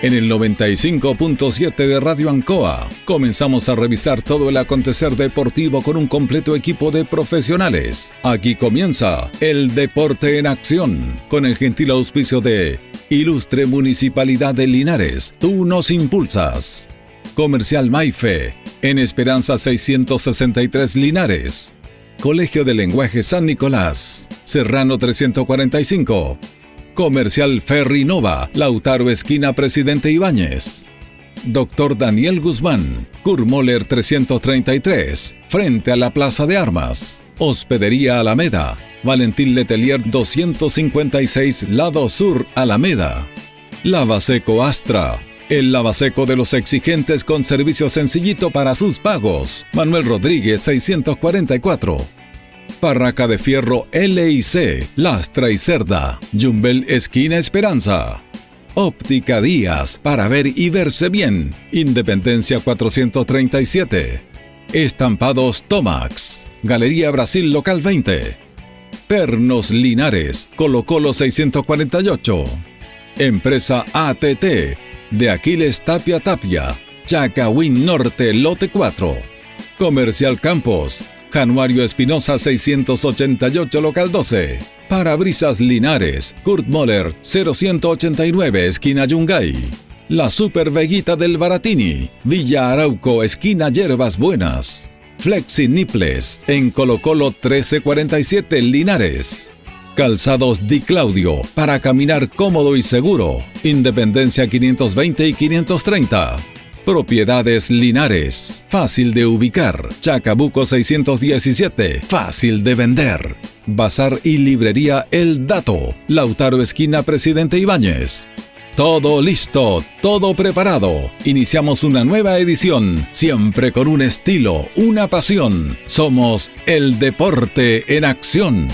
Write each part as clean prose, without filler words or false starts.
En el 95.7 de Radio Ancoa, comenzamos a revisar todo el acontecer deportivo con un completo equipo de profesionales. Aquí comienza el Deporte en Acción, con el gentil auspicio de Ilustre Municipalidad de Linares, tú nos impulsas. Comercial Maife, en Esperanza 663 Linares. Colegio de Lenguaje San Nicolás, Serrano 345. Comercial Ferry Nova, Lautaro esquina Presidente Ibáñez. Dr. Daniel Guzmán, Kurmoller 333, frente a la Plaza de Armas. Hospedería Alameda, Valentín Letelier 256, lado sur, Alameda. Lavaseco Astra, el lavaseco de los exigentes con servicio sencillito para sus pagos. Manuel Rodríguez 644. Barraca de Fierro LIC, Lastra y Cerda, Yumbel esquina Esperanza. Óptica Díaz, para ver y verse bien, Independencia 437. Estampados Tomax, Galería Brasil Local 20. Pernos Linares, Colo Colo 648. Empresa ATT, de Aquiles Tapia Tapia, Chacahuín Norte, Lote 4. Comercial Campos, Januario Espinosa 688 Local 12. Parabrisas Linares, Kurt Moller 0189 esquina Yungay. La Super Veguita del Baratini, Villa Arauco esquina Yerbas Buenas. Flexi Niples en Colo Colo 1347 Linares. Calzados Di Claudio, para caminar cómodo y seguro, Independencia 520 y 530. Propiedades Linares, fácil de ubicar. Chacabuco 617, fácil de vender. Bazar y librería El Dato, Lautaro esquina Presidente Ibáñez. Todo listo, todo preparado. Iniciamos una nueva edición, siempre con un estilo, una pasión. Somos el Deporte en Acción.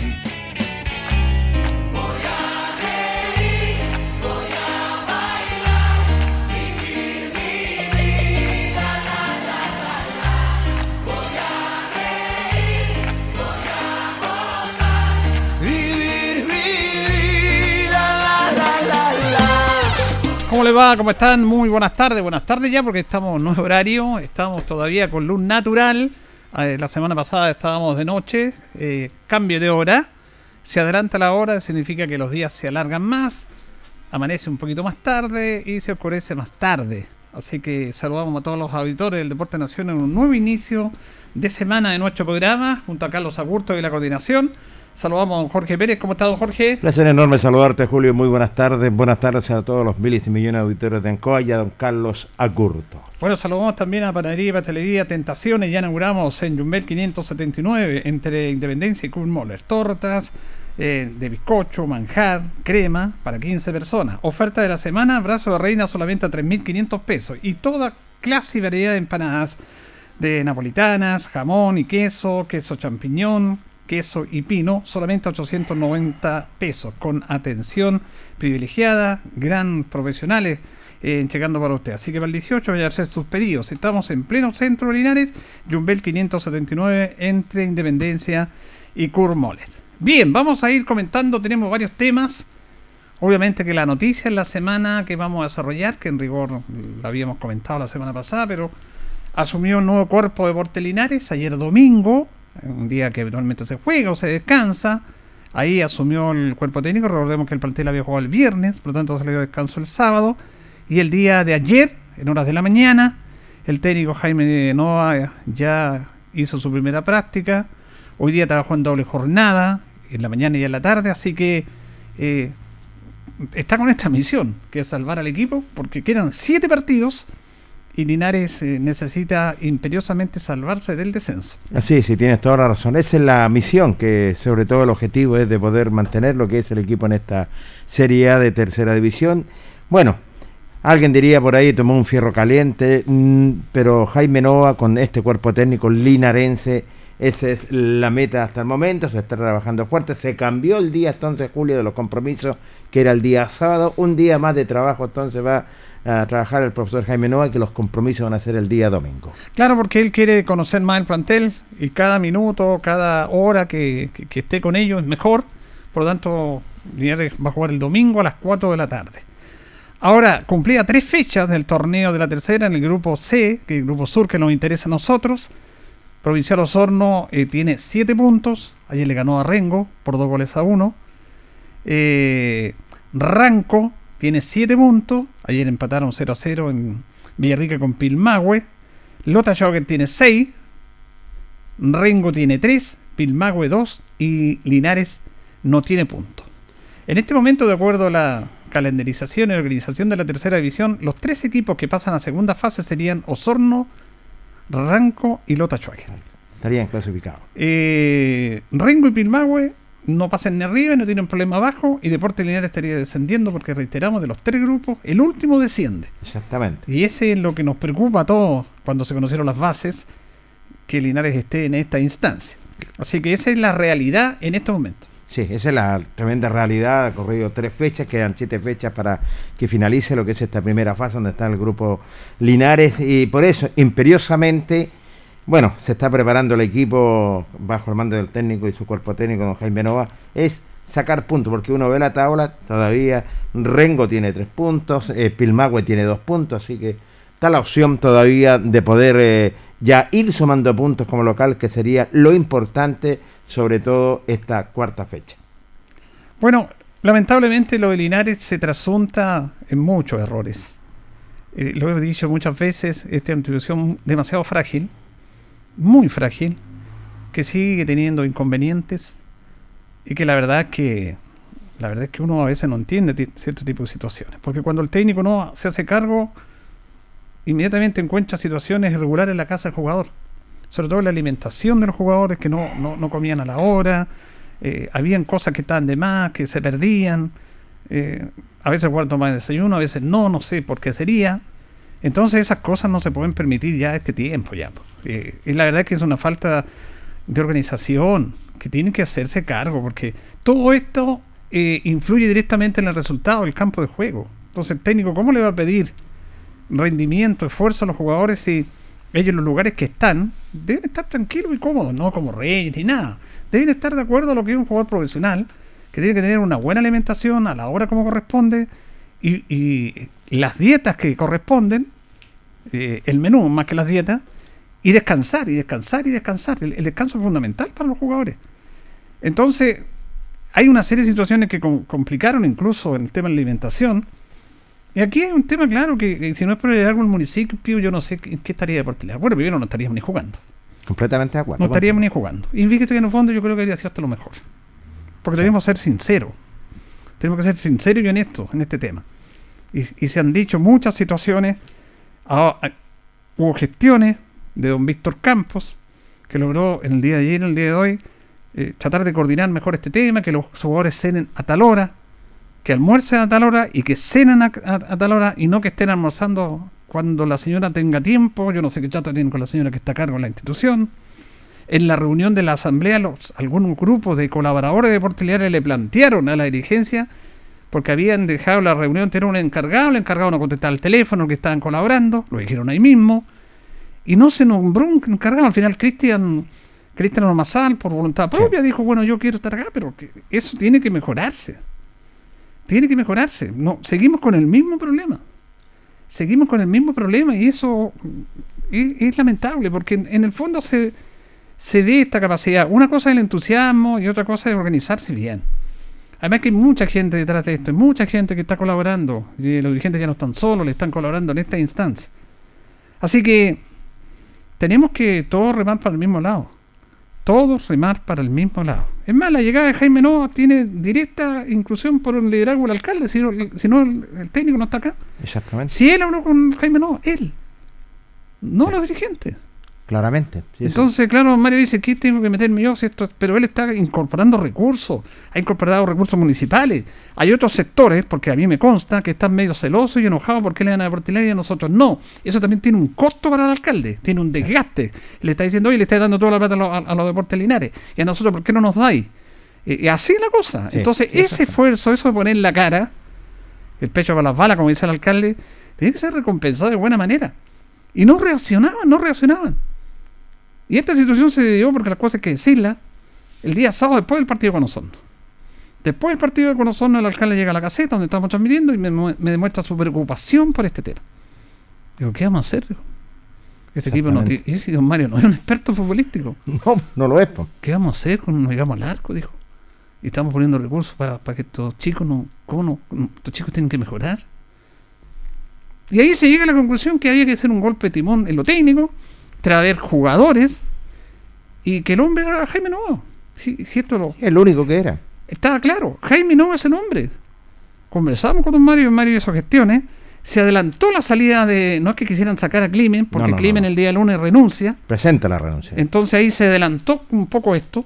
¿Cómo les va? ¿Cómo están? Muy buenas tardes ya porque estamos, no es horario, estamos todavía con luz natural. La semana pasada estábamos de noche, cambio de hora, se adelanta la hora, significa que los días se alargan más, amanece un poquito más tarde y se oscurece más tarde. Así que saludamos a todos los auditores del Deporte Nación en un nuevo inicio de semana de nuestro programa, junto a Carlos Agurto y la coordinación. Saludamos a don Jorge Pérez. ¿Cómo está, don Jorge? Placer enorme saludarte, Julio. Muy buenas tardes. Buenas tardes a todos los miles y millones de auditores de Ancoa y a don Carlos Agurto. Bueno, saludamos también a Panadería y Pastelería Tentaciones. Ya inauguramos en Yumbel 579, entre Independencia y Kurt Moller. Tortas de bizcocho, manjar, crema, para 15 personas. Oferta de la semana, brazo de reina solamente a 3.500 pesos. Y toda clase y variedad de empanadas de napolitanas, jamón y queso champiñón, queso y pino, solamente 890 pesos, con atención privilegiada, gran profesionales entregando para usted. Así que para el 18 vaya a hacer sus pedidos. Estamos en pleno centro de Linares, Yumbel 579, entre Independencia y Kurt Moller. Bien, vamos a ir comentando, tenemos varios temas. Obviamente que la noticia en la semana que vamos a desarrollar, que en rigor la habíamos comentado la semana pasada, pero asumió un nuevo cuerpo de Deportes Linares ayer domingo, un día que habitualmente se juega o se descansa. Ahí asumió el cuerpo técnico. Recordemos que el plantel había jugado el viernes, por lo tanto se le dio descanso el sábado. Y el día de ayer, en horas de la mañana, el técnico Jaime Nova ya hizo su primera práctica. Hoy día trabajó en doble jornada, en la mañana y en la tarde, así que está con esta misión, que es salvar al equipo, porque quedan 7 partidos y Linares necesita imperiosamente salvarse del descenso. Así, sí, tienes toda la razón. Esa es la misión, que sobre todo el objetivo es de poder mantener lo que es el equipo en esta Serie A de tercera división. Bueno, alguien diría por ahí, tomó un fierro caliente, pero Jaime Nova con este cuerpo técnico linarense, esa es la meta hasta el momento. Se está trabajando fuerte. Se cambió el día entonces, Julio, de los compromisos, que era el día sábado. Un día más de trabajo entonces va a trabajar el profesor Jaime Nova, que los compromisos van a ser el día domingo. Claro, porque él quiere conocer más el plantel y cada minuto, cada hora que esté con ellos es mejor. Por lo tanto, Linares va a jugar el domingo a las 4 de la tarde. Ahora, cumplía 3 fechas del torneo de la tercera en el grupo C, que es el grupo sur que nos interesa a nosotros. Provincial Osorno tiene 7 puntos. Ayer le ganó a Rengo por 2-1. Ranco tiene 7 puntos. Ayer empataron 0-0 en Villarrica con Pilmahue. Lota Schwager tiene 6. Rengo tiene 3. Pilmahue 2. Y Linares no tiene puntos. En este momento, de acuerdo a la calendarización y organización de la tercera división, los 3 equipos que pasan a segunda fase serían Osorno, Ranco y Lota Schwager. Estarían clasificados. Rengo y Pilmahue no pasan ni arriba, no tienen problema abajo, y Deportes Linares estaría descendiendo porque, reiteramos, de los 3 grupos, el último desciende. Exactamente. Y ese es lo que nos preocupa a todos cuando se conocieron las bases, que Linares esté en esta instancia. Así que esa es la realidad en este momento. Sí, esa es la tremenda realidad. Ha corrido 3 fechas, quedan 7 fechas para que finalice lo que es esta primera fase donde está el grupo Linares, y por eso imperiosamente, bueno, se está preparando el equipo bajo el mando del técnico y su cuerpo técnico, don Jaime Nova, es sacar puntos, porque uno ve la tabla, todavía Rengo tiene 3 puntos, Pilmahue tiene 2 puntos, así que está la opción todavía de poder ya ir sumando puntos como local, que sería lo importante, sobre todo esta cuarta fecha. Bueno, lamentablemente lo de Linares se trasunta en muchos errores. Lo he dicho muchas veces, esta es una institución demasiado frágil, muy frágil, que sigue teniendo inconvenientes, y que la verdad es que uno a veces no entiende cierto tipo de situaciones, porque cuando el técnico no se hace cargo, inmediatamente encuentra situaciones irregulares en la casa del jugador, sobre todo en la alimentación de los jugadores, que no comían a la hora, habían cosas que estaban de más, que se perdían, a veces el jugador tomaba desayuno, a veces no sé por qué sería. Entonces esas cosas no se pueden permitir ya a este tiempo ya. Y la verdad es que es una falta de organización que tienen que hacerse cargo, porque todo esto influye directamente en el resultado del campo de juego. Entonces el técnico, ¿cómo le va a pedir rendimiento, esfuerzo a los jugadores si ellos en los lugares que están deben estar tranquilos y cómodos, no como reyes ni nada? Deben estar de acuerdo a lo que es un jugador profesional, que tiene que tener una buena alimentación a la hora como corresponde, y las dietas que corresponden, el menú más que las dietas, y descansar. El descanso es fundamental para los jugadores. Entonces hay una serie de situaciones que complicaron incluso en el tema de la alimentación. Y aquí hay un tema claro que si no es por el algo el municipio, yo no sé qué estaría Deportes Linares. Bueno, primero no estaríamos ni jugando. Completamente de acuerdo. No estaríamos ni jugando. Y fíjate que en el fondo yo creo que habría sido hasta lo mejor. Porque tenemos que ser sinceros. Tenemos que ser sinceros y honestos en este tema. Y se han dicho muchas situaciones. Hubo gestiones de don Víctor Campos, que logró en el día de ayer, en el día de hoy, tratar de coordinar mejor este tema, que los jugadores cenen a tal hora, que almuercen a tal hora y que cenen a tal hora, y no que estén almorzando cuando la señora tenga tiempo. Yo no sé qué trato tienen con la señora que está a cargo de la institución. En la reunión de la asamblea, algunos grupos de colaboradores de Deportes Linares le plantearon a la dirigencia, porque habían dejado la reunión, tener un encargado, el encargado no contestaba el teléfono, que estaban colaborando, lo dijeron ahí mismo, y no se nombró un encargado. Al final Cristian Ormazal, por voluntad propia, dijo, bueno, yo quiero estar acá, pero eso tiene que mejorarse. No, seguimos con el mismo problema, y eso es lamentable, porque en el fondo se ve esta capacidad. Una cosa es el entusiasmo y otra cosa es organizarse bien. Además que hay mucha gente detrás de esto, hay mucha gente que está colaborando, y los dirigentes ya no están solos, le están colaborando en esta instancia. Así que tenemos que todos remar para el mismo lado. Es más, la llegada de Jaime Nova tiene directa inclusión por el liderazgo del alcalde, si no el técnico no está acá. Exactamente. Si él habló con Jaime Nova, él, no sí. Los dirigentes. Claramente. Sí, entonces, sí. Claro, Mario dice, ¿qué tengo que meterme yo? Pero él está incorporando recursos, ha incorporado recursos municipales. Hay otros sectores, porque a mí me consta, que están medio celosos y enojados porque le dan a Deportes Linares y a nosotros no. Eso también tiene un costo para el alcalde, tiene un desgaste. Le está diciendo, oye, le está dando toda la plata a los Deportes Linares, y a nosotros, ¿por qué no nos dais? Así es la cosa. Sí, entonces, sí, ese esfuerzo, eso de poner la cara, el pecho para las balas, como dice el alcalde, tiene que ser recompensado de buena manera. Y no reaccionaban. Y esta situación se dio porque las cosas hay que decirlas el día sábado después del partido con Osorno. Después del partido de Corazón, el alcalde llega a la caseta donde estamos transmitiendo y me demuestra su preocupación por este tema. Digo, ¿qué vamos a hacer? Digo, este tipo no tiene... Y don Mario no es un experto futbolístico. No lo es, pues. ¿Qué vamos a hacer cuando nos llegamos al arco? Dijo. Y estamos poniendo recursos para que estos chicos estos chicos tienen que mejorar. Y ahí se llega a la conclusión que había que hacer un golpe de timón en lo técnico, traer jugadores y que el hombre era Jaime Novoa. El único que era. Estaba claro, Jaime Novoa es el hombre. Conversamos con don Mario hizo gestiones. Se adelantó la salida de... No es que quisieran sacar a Climen, porque Climen el día lunes renuncia. Presenta la renuncia. Entonces ahí se adelantó un poco esto.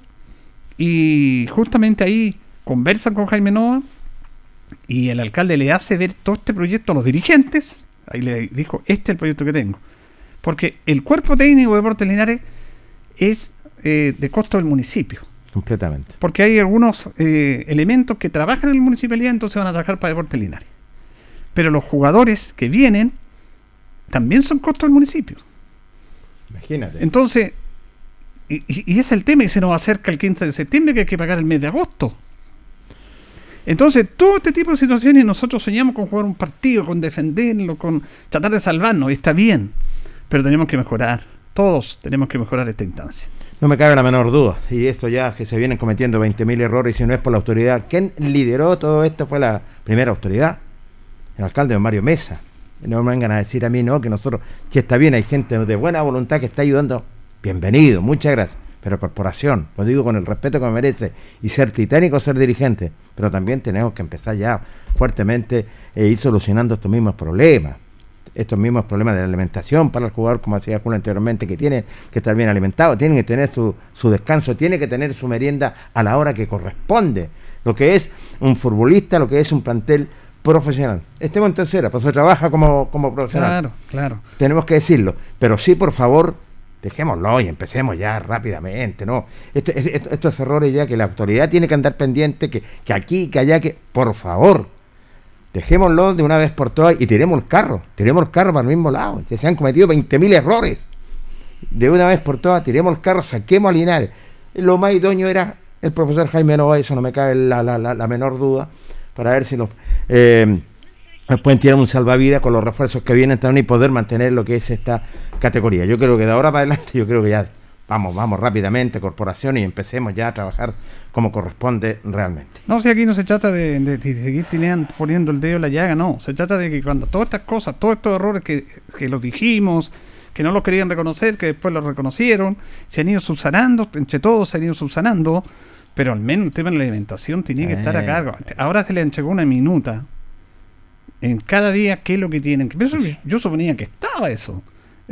Y justamente ahí conversan con Jaime Novoa. Y el alcalde le hace ver todo este proyecto a los dirigentes. Ahí le dijo, este es el proyecto que tengo. Porque el cuerpo técnico de Deportes Linares es de costo del municipio. Completamente. Porque hay algunos elementos que trabajan en la municipalidad, entonces van a trabajar para Deportes Linares. Pero los jugadores que vienen también son costos del municipio. Imagínate. Entonces, y es el tema, y se nos acerca el 15 de septiembre que hay que pagar el mes de agosto. Entonces, todo este tipo de situaciones, nosotros soñamos con jugar un partido, con defenderlo, con tratar de salvarnos, y está bien, pero tenemos que mejorar. Todos tenemos que mejorar esta instancia. No me cabe la menor duda. Y esto ya que se vienen cometiendo 20.000 errores, y si no es por la autoridad, ¿quién lideró todo esto? Fue la primera autoridad, el alcalde don Mario Mesa. No me vengan a decir a mí, no, que nosotros, si está bien, hay gente de buena voluntad que está ayudando, bienvenido, muchas gracias. Pero corporación, lo digo con el respeto que me merece, y ser titánico, ser dirigente, pero también tenemos que empezar ya fuertemente ir solucionando estos mismos problemas de la alimentación para el jugador, como decía Julio anteriormente, que tiene que estar bien alimentado, tienen que tener su descanso, tiene que tener su merienda a la hora que corresponde, lo que es un futbolista, lo que es un plantel profesional. Estemos en tercera, pues se trabaja como profesional. Claro. Tenemos que decirlo, pero sí, por favor, dejémoslo y empecemos ya rápidamente, ¿no? Estos errores ya que la autoridad tiene que andar pendiente, que aquí, que allá, que por favor, dejémoslo de una vez por todas y tiremos el carro para el mismo lado. Ya se han cometido 20.000 errores. De una vez por todas, tiremos el carro, saquemos a Linares. Lo más idóneo era el profesor Jaime Novoa, eso no me cabe la menor duda, para ver si nos pueden tirar un salvavidas con los refuerzos que vienen también y poder mantener lo que es esta categoría. Yo creo que de ahora para adelante, que ya vamos rápidamente, corporación, y empecemos ya a trabajar como corresponde realmente. No, si aquí no se trata de seguir poniendo el dedo en la llaga, no. Se trata de que cuando todas estas cosas, todos estos errores que los dijimos, que no los querían reconocer, que después los reconocieron, se han ido subsanando, entre todos se han ido subsanando, pero al menos el tema de la alimentación tenía que estar a cargo. Ahora se le entregó una minuta en cada día qué es lo que tienen. Pero yo suponía que estaba eso.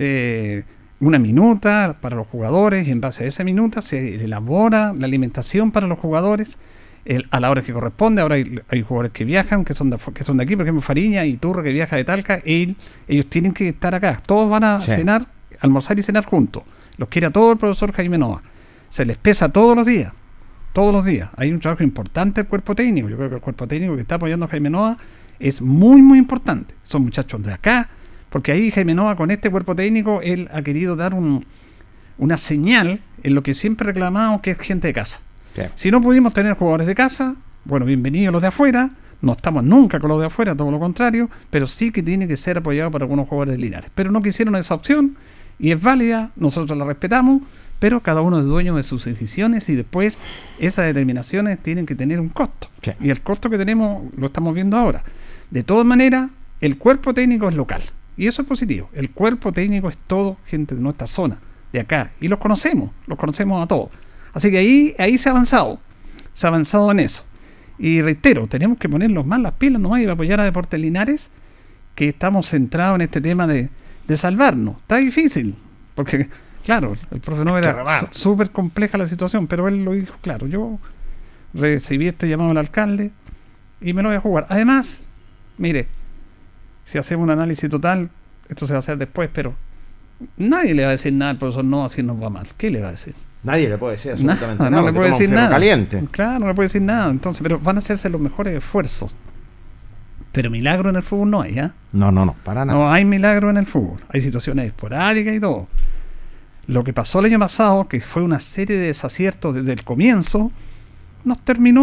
Una minuta para los jugadores, y en base a esa minuta se elabora la alimentación para los jugadores a la hora que corresponde. Ahora hay jugadores que viajan, que son de aquí, por ejemplo Fariña y Turra, que viaja de Talca, ellos tienen que estar acá. Todos van a cenar, almorzar y cenar juntos. Los quiere a todo el profesor Jaime Novoa. Se les pesa todos los días. Hay un trabajo importante del cuerpo técnico. Yo creo que el cuerpo técnico que está apoyando a Jaime Novoa es muy, muy importante. Son muchachos de acá, porque ahí Jaime Novoa, con este cuerpo técnico, él ha querido dar una señal en lo que siempre reclamamos, que es gente de casa. Sí. Si no pudimos tener jugadores de casa, bueno, bienvenidos los de afuera. No estamos nunca con los de afuera, todo lo contrario, pero sí que tiene que ser apoyado por algunos jugadores de Linares. Pero no quisieron esa opción, y es válida, nosotros la respetamos, pero cada uno es dueño de sus decisiones, y después esas determinaciones tienen que tener un costo. Sí. Y el costo que tenemos lo estamos viendo ahora. De todas maneras, el cuerpo técnico es local, y eso es positivo. El cuerpo técnico es todo gente de nuestra zona, de acá, y los conocemos a todos. Así que ahí se ha avanzado en eso. Y reitero, tenemos que ponernos más las pilas nomás y apoyar a Deportes Linares, que estamos centrados en este tema de salvarnos. Está difícil, porque claro, el profe no era súper compleja la situación, pero él lo dijo claro. Yo recibí este llamado del alcalde y me lo voy a jugar. Además, mire, si hacemos un análisis total, esto se va a hacer después, pero nadie le va a decir nada al profesor no, así nos va mal. ¿Qué le va a decir? Nadie le puede decir absolutamente nada. No le puede decir nada. Caliente. Claro, no le puede decir nada. Entonces, pero van a hacerse los mejores esfuerzos. Pero milagro en el fútbol no hay, ¿eh? No, para nada. No hay milagro en el fútbol. Hay situaciones esporádicas y todo. Lo que pasó el año pasado, que fue una serie de desaciertos desde el comienzo, nos terminó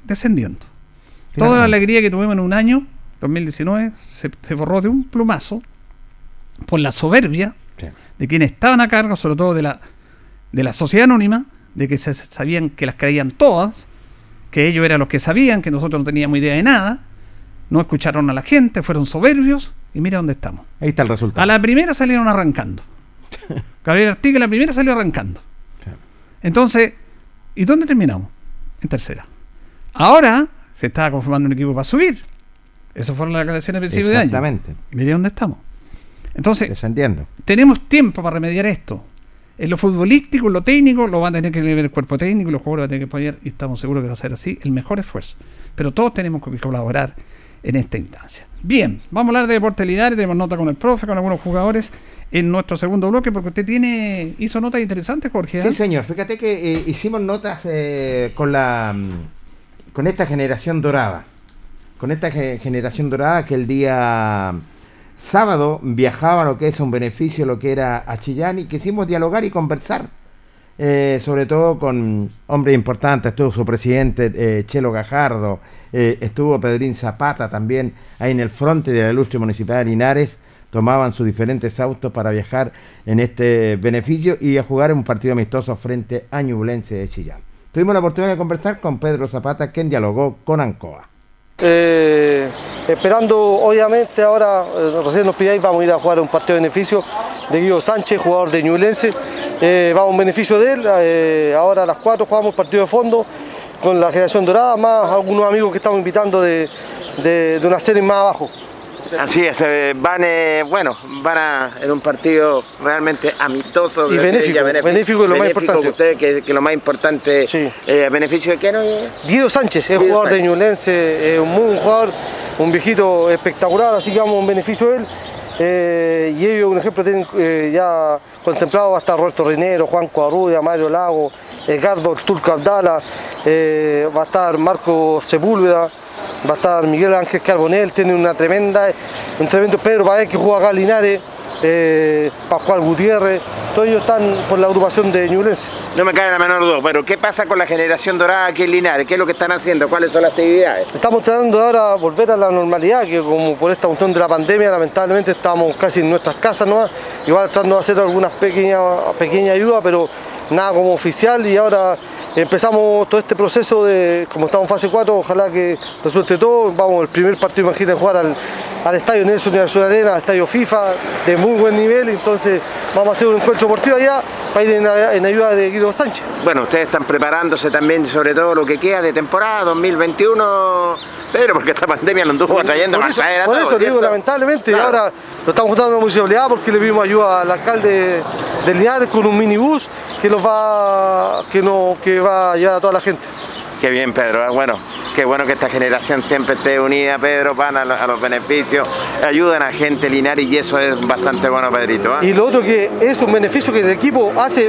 descendiendo. Claro. Toda la alegría que tuvimos en un año, 2019, se borró de un plumazo por la soberbia de quienes estaban a cargo, sobre todo de la sociedad anónima, de que se sabían que las creían todas, que ellos eran los que sabían, que nosotros no teníamos idea de nada, no escucharon a la gente, fueron soberbios, y mira dónde estamos. Ahí está el resultado. A la primera salieron arrancando. Gabriel Artiga la primera salió arrancando. Claro. Entonces, ¿y dónde terminamos? En tercera. Ahora se estaba conformando un equipo para subir. Eso fueron las declaraciones de principio de año. Exactamente. Mire dónde estamos. Entonces, Descendiendo. tenemos tiempo para remediar esto. En lo futbolístico, en lo técnico, lo van a tener que ver el cuerpo técnico, los jugadores van a tener que apoyar, y estamos seguros que va a ser así, el mejor esfuerzo. Pero todos tenemos que colaborar en esta instancia. Bien, vamos a hablar de Deportes Linares, tenemos nota con el profe, con algunos jugadores en nuestro segundo bloque, porque usted hizo notas interesantes, Jorge. Sí, señor. Fíjate que hicimos notas con esta generación dorada. Con esta generación dorada que el día sábado viajaba a lo que es un beneficio, lo que era a Chillán, y quisimos dialogar y conversar. Sobre todo con hombres importantes. Estuvo su presidente Chelo Gajardo, estuvo Pedrín Zapata también ahí en el frente de la ilustre municipalidad de Linares. Tomaban sus diferentes autos para viajar en este beneficio y a jugar en un partido amistoso frente a Ñublense de Chillán. Tuvimos la oportunidad de conversar con Pedro Zapata, quien dialogó con Ancoa. Esperando, obviamente, ahora recién nos pidáis, vamos a ir a jugar un partido de beneficio de Guido Sánchez, jugador de Ñublense. Vamos a un beneficio de él. Ahora a las 4 jugamos un partido de fondo con la generación dorada, más algunos amigos que estamos invitando de una serie más abajo. Así es, van en un partido realmente amistoso y benéfico es lo más importante. Ustedes, que lo más importante, sí. ¿Beneficio de qué no? Guido Sánchez, es jugador de Ñublense, un muy buen jugador, un viejito espectacular, así que vamos a un beneficio de él. Y ellos, un ejemplo, tienen ya contemplado, va a estar Roberto Reinero, Juan Coarrudia, Mario Lago, Edgardo el Turco Abdala, va a estar Marco Sepúlveda, va a estar Miguel Ángel Carbonell, tiene un tremendo Pedro Paez que juega acá en Linares, Pascual Gutiérrez, todos ellos están por la agrupación de Ñublense. No me cabe la menor duda, pero ¿qué pasa con la generación dorada aquí en Linares? ¿Qué es lo que están haciendo? ¿Cuáles son las actividades? Estamos tratando de ahora volver a la normalidad, que como por esta cuestión de la pandemia, lamentablemente estamos casi en nuestras casas nomás, igual tratando de hacer algunas pequeñas ayudas, pero nada como oficial, y ahora empezamos todo este proceso de, como estamos en fase 4, ojalá que resulte todo. Vamos, el primer partido, imagínate, jugar al estadio Nelson Unión Arena, al estadio FIFA, de muy buen nivel, entonces vamos a hacer un encuentro deportivo allá para ir en ayuda de Guido Sánchez. Bueno, ustedes están preparándose también, sobre todo lo que queda de temporada 2021, Pedro, porque esta pandemia lo anduvo trayendo para traer a todos. Por eso digo, lamentablemente, claro. Ahora lo estamos juntando en la municipalidad porque le pedimos ayuda al alcalde de Linares con un minibús que va a llevar a toda la gente. Qué bien, Pedro. Bueno, qué bueno que esta generación siempre esté unida, Pedro, van a los beneficios, ayudan a gente Linares, y eso es bastante bueno, Pedrito. Y lo otro que es un beneficio que el equipo hace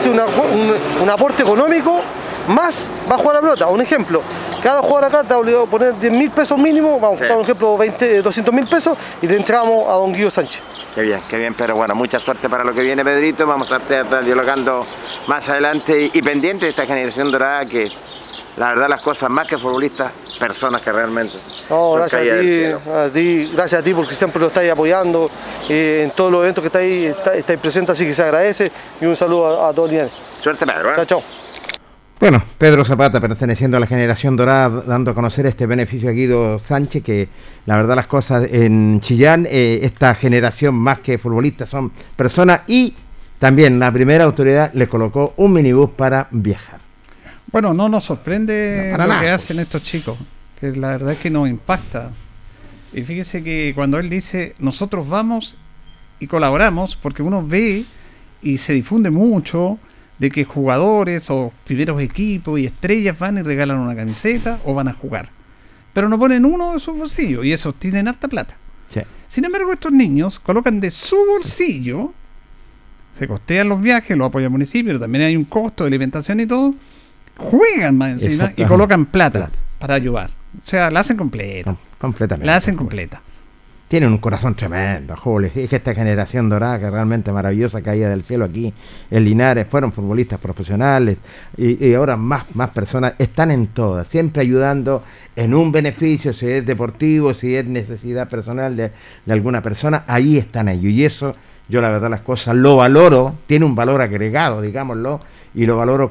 un aporte económico, más va a jugar a la pelota. Un ejemplo, cada jugador acá está obligado a poner 10.000 pesos mínimo, vamos a dar un ejemplo, 200.000 pesos, y le entregamos a don Guido Sánchez. Qué bien, pero bueno, mucha suerte para lo que viene, Pedrito. Vamos a estar dialogando más adelante y pendiente de esta generación dorada, que la verdad, las cosas más que futbolistas, personas que realmente gracias a ti, gracias a ti porque siempre lo estáis apoyando en todos los eventos que estáis presentes, así que se agradece, y un saludo a todos. Suerte, Pedro. Chao. Bueno, Pedro Zapata, perteneciendo a la generación dorada, dando a conocer este beneficio a Guido Sánchez, que la verdad las cosas en Chillán, esta generación más que futbolistas son personas, y también la primera autoridad le colocó un minibús para viajar. Bueno, no nos sorprende lo que hacen estos chicos, que la verdad es que nos impacta. Y fíjese que cuando él dice, nosotros vamos y colaboramos, porque uno ve y se difunde mucho de que jugadores o primeros equipos y estrellas van y regalan una camiseta o van a jugar, pero no ponen uno de sus bolsillos, y esos tienen harta plata. Sí. Sin embargo, estos niños colocan de su bolsillo, se costean los viajes, lo apoya el municipio, pero también hay un costo de alimentación y todo, juegan más encima y colocan plata para ayudar. O sea, la hacen completa. Completamente. La hacen completa. tienen un corazón tremendo, Julio. Es que esta generación dorada, que realmente maravillosa, caída del cielo aquí en Linares, fueron futbolistas profesionales y ahora más personas están en todas, siempre ayudando en un beneficio, si es deportivo, si es necesidad personal de alguna persona, ahí están ellos. Y eso, yo la verdad las cosas lo valoro, tiene un valor agregado, digámoslo, y lo valoro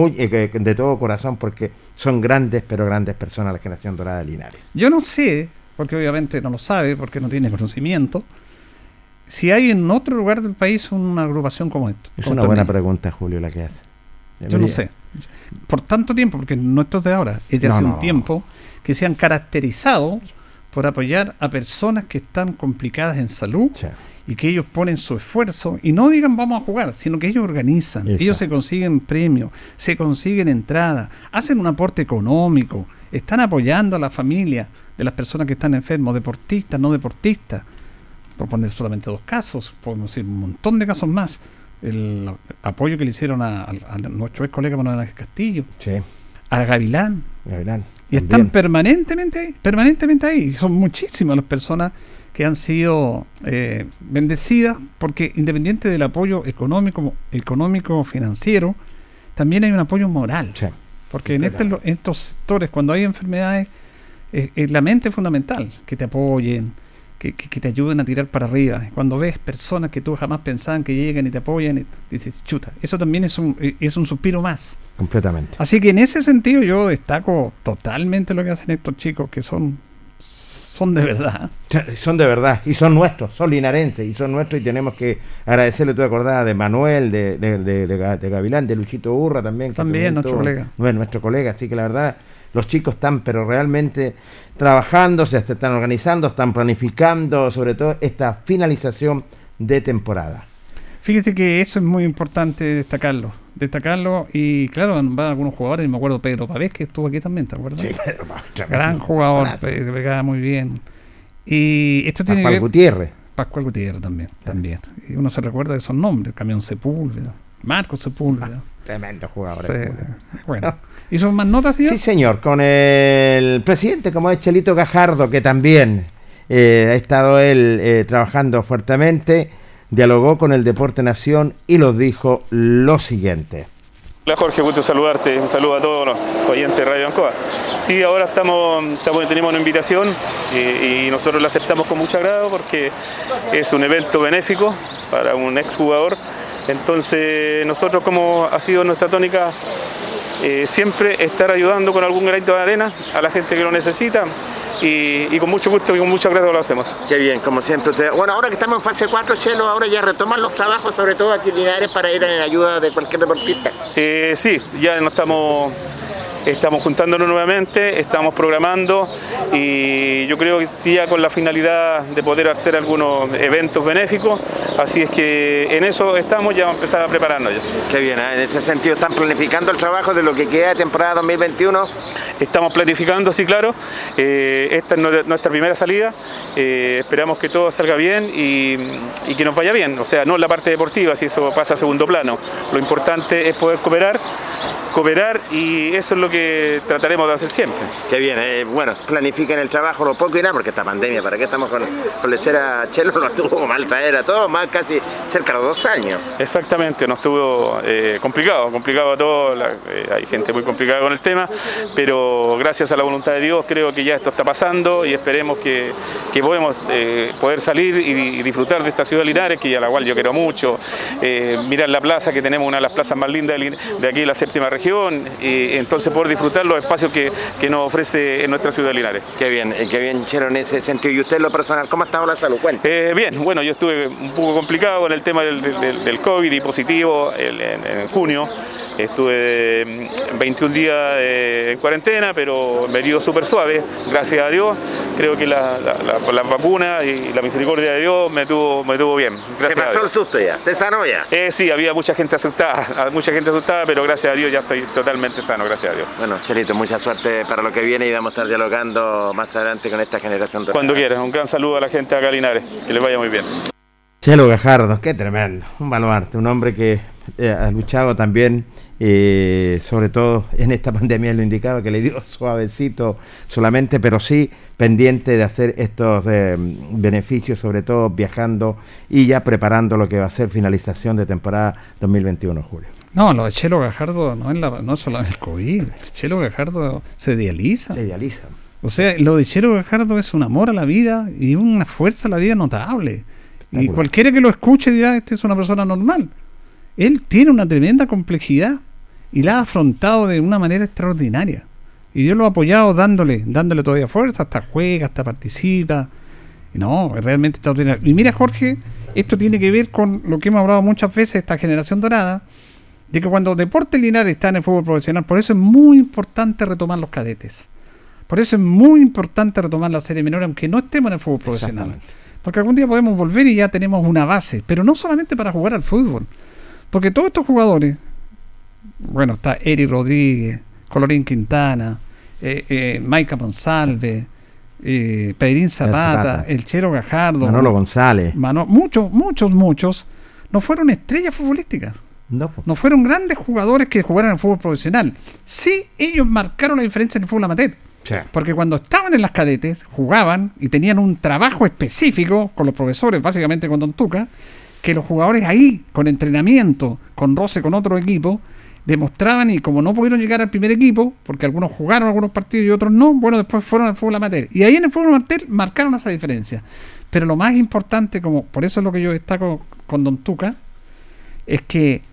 de todo corazón porque son grandes, pero grandes personas la generación dorada de Linares. Yo no sé, porque obviamente no lo sabe, porque no tiene conocimiento, si hay en otro lugar del país una agrupación como esto. Es una buena pregunta, Julio, la que hace. Yo no sé. Por tanto tiempo, porque no esto es de ahora, es de hace un tiempo, que se han caracterizado por apoyar a personas que están complicadas en salud, sí, y que ellos ponen su esfuerzo y no digan vamos a jugar, sino que ellos organizan, ellos se consiguen premios, se consiguen entradas, hacen un aporte económico, están apoyando a la familia de las personas que están enfermos, deportistas, no deportistas, por poner solamente 2 casos, podemos decir un montón de casos más. El apoyo que le hicieron a nuestro ex colega Manuel Ángel Castillo, sí, a Gavilán, y están permanentemente ahí. Son muchísimas las personas que han sido bendecidas, porque independiente del apoyo económico financiero, también hay un apoyo moral, sí, porque en estos sectores, cuando hay enfermedades, la mente es fundamental, que te apoyen, que te ayuden a tirar para arriba. Cuando ves personas que tú jamás pensaban que llegan y te apoyan, y dices, chuta, eso también es un suspiro más. Completamente. Así que en ese sentido yo destaco totalmente lo que hacen estos chicos, que son de verdad. Son de verdad, y son nuestros, son linarenses, y son nuestros, y tenemos que agradecerle. Tú te acordabas de Manuel, de Gavilán, de Luchito Urra también. También nuestro colega. Nuestro colega, así que la verdad, los chicos están pero realmente trabajando, se están organizando, están planificando, sobre todo esta finalización de temporada. Fíjate que eso es muy importante destacarlo, y claro, van algunos jugadores, me acuerdo Pedro Pavés, que estuvo aquí también, ¿te acuerdas? Sí, gran jugador, pegaba muy bien. Y esto tiene Pascual Gutiérrez también. Y uno se recuerda de esos nombres, Camión Sepúlveda, Marcos Sepúlveda. Tremendo jugador. Sí. Bueno, ¿y son más notas, tío? Sí, señor, con el presidente, como es Chelito Gajardo, que también ha estado él trabajando fuertemente, dialogó con el Deporte Nación y nos dijo lo siguiente. Hola Jorge, gusto saludarte, un saludo a todos los oyentes de Radio Ancoa. Sí, ahora tenemos una invitación y nosotros la aceptamos con mucho agrado porque es un evento benéfico para un exjugador. Entonces nosotros, como ha sido nuestra tónica, siempre estar ayudando con algún granito de arena a la gente que lo necesita. Y con mucho gusto y con mucha gracia lo hacemos. Qué bien, como siempre. Bueno, ahora que estamos en fase 4, Chelo, ahora ya retoman los trabajos, sobre todo aquí en Linares, para ir en ayuda de cualquier deportista. Sí, ya nos estamos juntándonos nuevamente, estamos programando y yo creo que sí, ya con la finalidad de poder hacer algunos eventos benéficos, así es que en eso estamos, ya vamos a empezar a prepararnos ya. Qué bien, en ese sentido están planificando el trabajo de lo que queda de temporada 2021. Estamos planificando, sí, claro, esta es nuestra primera salida, esperamos que todo salga bien y que nos vaya bien, o sea, no la parte deportiva, si eso pasa a segundo plano, lo importante es poder cooperar y eso es lo que trataremos de hacer siempre. Qué bien, bueno, planifiquen el trabajo lo poco y nada, porque esta pandemia, ¿para qué estamos con lecera? Chelo nos tuvo mal traer a todos, más casi cerca de los 2 años. Exactamente, nos tuvo complicado a todos, hay gente muy complicada con el tema, pero gracias a la voluntad de Dios creo que ya esto está pasando y esperemos que podemos poder salir y disfrutar de esta ciudad de Linares, que a la cual yo quiero mucho, mirar la plaza, que tenemos una de las plazas más lindas de aquí, la séptima región, y entonces poder disfrutar los espacios que nos ofrece en nuestra ciudad de Linares. Qué bien, Chelo, en ese sentido. ¿Y usted en lo personal, cómo ha estado la salud? Bien, bueno, yo estuve un poco complicado con el tema del COVID y positivo en junio. Estuve 21 días en cuarentena, pero me dio súper suave, gracias a Dios. Creo que la vacuna y la misericordia de Dios me tuvo bien. ¿Se pasó el susto ya? ¿Se sanó ya? Sí, había mucha gente asustada, pero gracias a Dios ya estoy totalmente sano, gracias a Dios. Bueno, Chelito, mucha suerte para lo que viene y vamos a estar dialogando más adelante con esta generación. Cuando quieras, un gran saludo a la gente de acá en Linares, que les vaya muy bien. Chelo Gajardo, qué tremendo, un baluarte, un hombre que ha luchado también, sobre todo en esta pandemia, lo indicaba, que le dio suavecito solamente, pero sí pendiente de hacer estos beneficios, sobre todo viajando y ya preparando lo que va a ser finalización de temporada 2021, Julio. No, lo de Chelo Gajardo no es solamente el COVID, Chelo Gajardo se dializa. Se dializa. O sea, lo de Chelo Gajardo es un amor a la vida y una fuerza a la vida notable. Y cualquiera que lo escuche dirá, este es una persona normal. Él tiene una tremenda complejidad y la ha afrontado de una manera extraordinaria. Y Dios lo ha apoyado dándole todavía fuerza, hasta juega, hasta participa. No, es realmente extraordinario. Y mira, Jorge, esto tiene que ver con lo que hemos hablado muchas veces, esta generación dorada, de que cuando Deportes Linares está en el fútbol profesional, por eso es muy importante retomar los cadetes. Por eso es muy importante retomar la serie menor, aunque no estemos en el fútbol profesional. Porque algún día podemos volver y ya tenemos una base, pero no solamente para jugar al fútbol. Porque todos estos jugadores, bueno, está Eric Rodríguez, Colorín Quintana, Maica Monsalve, Pedrín Zapata, el Chelo Gajardo, Manolo González, muchos, no fueron estrellas futbolísticas. No fueron grandes jugadores que jugaran en el fútbol profesional. Sí, ellos marcaron la diferencia en el fútbol amateur. Sí. Porque cuando estaban en las cadetes, jugaban y tenían un trabajo específico con los profesores, básicamente con Don Tuca, que los jugadores ahí, con entrenamiento, con roce con otro equipo, demostraban, y como no pudieron llegar al primer equipo, porque algunos jugaron algunos partidos y otros no, bueno, después fueron al fútbol amateur. Y ahí en el fútbol amateur marcaron esa diferencia. Pero lo más importante, como por eso es lo que yo destaco con Don Tuca, es que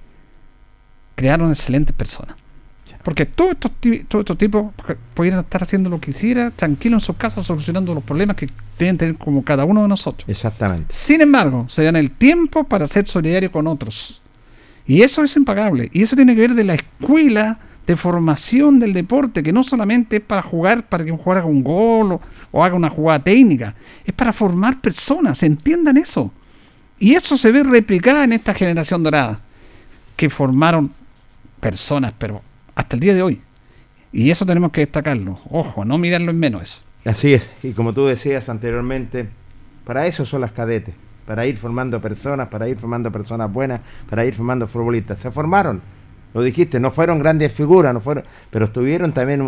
crearon excelentes personas. Porque todos estos tipos pudieran estar haciendo lo que quisiera, tranquilos en sus casas, solucionando los problemas que deben tener como cada uno de nosotros. Exactamente. Sin embargo, se dan el tiempo para ser solidarios con otros. Y eso es impagable. Y eso tiene que ver de la escuela de formación del deporte, que no solamente es para jugar, para que un jugador haga un gol o haga una jugada técnica. Es para formar personas, entiendan eso. Y eso se ve replicado en esta generación dorada, que formaron personas, pero hasta el día de hoy. Y eso tenemos que destacarlo. Ojo, no mirarlo en menos eso. Así es. Y como tú decías anteriormente, para eso son las cadetes. Para ir formando personas, buenas, para ir formando futbolistas. Se formaron, lo dijiste, no fueron grandes figuras, pero tuvieron también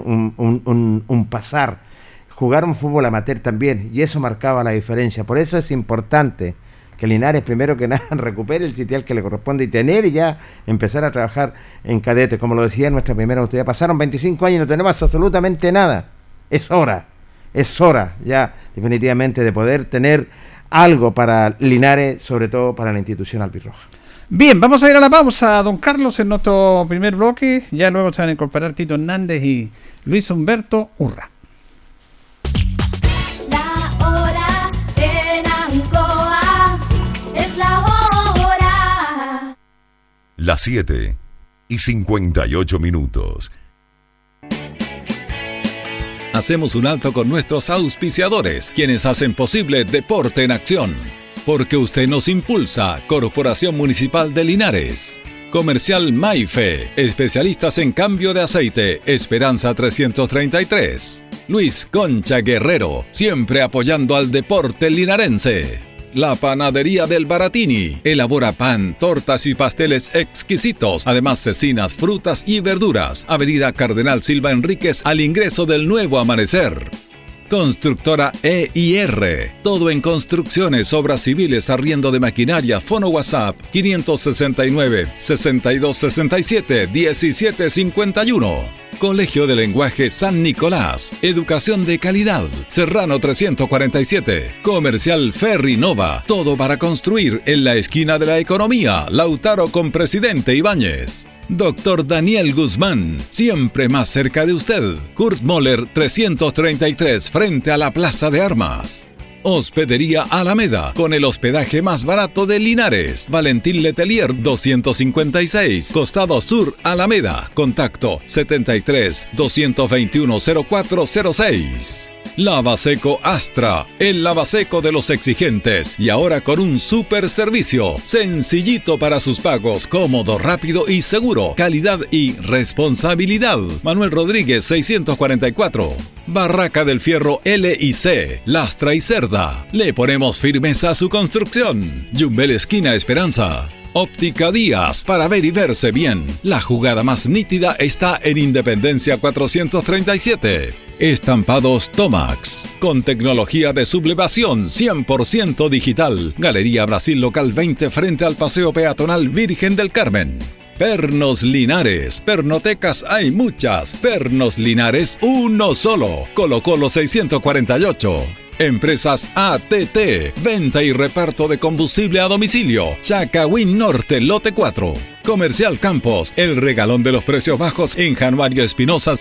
un pasar. Jugaron fútbol amateur también, y eso marcaba la diferencia. Por eso es importante que Linares, primero que nada, recupere el sitial que le corresponde y tener y ya empezar a trabajar en cadete. Como lo decía en nuestra primera autoridad, pasaron 25 años y no tenemos absolutamente nada. Es hora ya definitivamente de poder tener algo para Linares, sobre todo para la institución albirroja. Bien, vamos a ir a la pausa, don Carlos, en nuestro primer bloque. Ya luego se van a incorporar Tito Hernández y Luis Humberto Urra. Las 7:58. Hacemos un alto con nuestros auspiciadores, quienes hacen posible Deporte en Acción. Porque usted nos impulsa, Corporación Municipal de Linares. Comercial Maife, especialistas en cambio de aceite, Esperanza 333. Luis Concha Guerrero, siempre apoyando al deporte linarense. La Panadería del Baratini, elabora pan, tortas y pasteles exquisitos, además cecinas, frutas y verduras. Avenida Cardenal Silva Enríquez, al ingreso del Nuevo Amanecer. Constructora EIR, todo en construcciones, obras civiles, arriendo de maquinaria. Fono WhatsApp 569-6267-1751. Colegio de Lenguaje San Nicolás, educación de calidad. Serrano 347, Comercial Ferry Nova, todo para construir en la esquina de la economía. Lautaro con Presidente Ibáñez. Dr. Daniel Guzmán, siempre más cerca de usted. Kurt Moller 333, frente a la Plaza de Armas. Hospedería Alameda, con el hospedaje más barato de Linares. Valentín Letelier 256, Costado Sur, Alameda. Contacto 73 221 0406. Lavaseco Astra, el lavaseco de los exigentes, y ahora con un super servicio, sencillito para sus pagos, cómodo, rápido y seguro, calidad y responsabilidad. Manuel Rodríguez 644. Barraca del Fierro L y C, lastra y cerda. Le ponemos firmeza a su construcción. Yumbel esquina Esperanza. Óptica Díaz, para ver y verse bien. La jugada más nítida está en Independencia 437. Estampados Tomax, con tecnología de sublevación 100% digital. Galería Brasil Local 20 frente al Paseo Peatonal Virgen del Carmen. Pernos Linares, pernotecas hay muchas. Pernos Linares, uno solo. Colo Colo 648. Empresas ATT, venta y reparto de combustible a domicilio. Chacawin Norte, lote 4. Comercial Campos, el regalón de los precios bajos en Januario Espinosa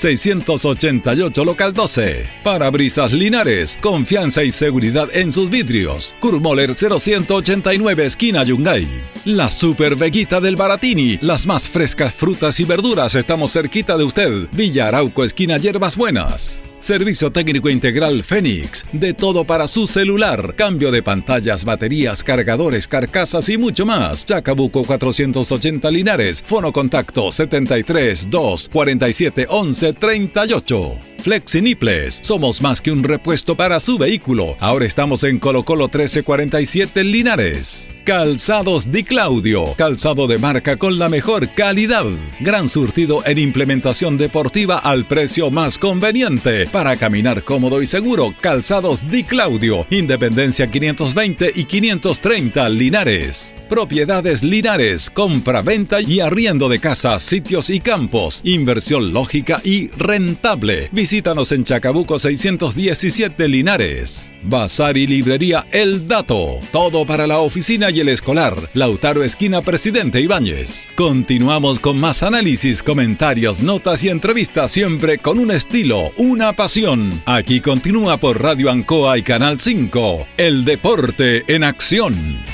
688, local 12. Parabrisas Linares, confianza y seguridad en sus vidrios. Kurmoller 0189, esquina Yungay. La Super Veguita del Baratini, las más frescas frutas y verduras, estamos cerquita de usted. Villa Arauco, esquina Hierbas Buenas. Servicio técnico integral Fénix, de todo para su celular, cambio de pantallas, baterías, cargadores, carcasas y mucho más. Chacabuco 480 Linares, fono contacto 73 2 47 11 38. Flexiniples, somos más que un repuesto para su vehículo. Ahora estamos en Colo Colo 1347 Linares. Calzados Di Claudio, calzado de marca con la mejor calidad. Gran surtido en implementación deportiva al precio más conveniente. Para caminar cómodo y seguro, Calzados Di Claudio, Independencia 520 y 530 Linares. Propiedades Linares, compra-venta y arriendo de casas, sitios y campos. Inversión lógica y rentable. Visítanos en Chacabuco 617 Linares. Bazar y librería El Dato. Todo para la oficina y el escolar. Lautaro esquina Presidente Ibáñez. Continuamos con más análisis, comentarios, notas y entrevistas, siempre con un estilo, una pasión. Aquí continúa por Radio Ancoa y Canal 5. El deporte en acción.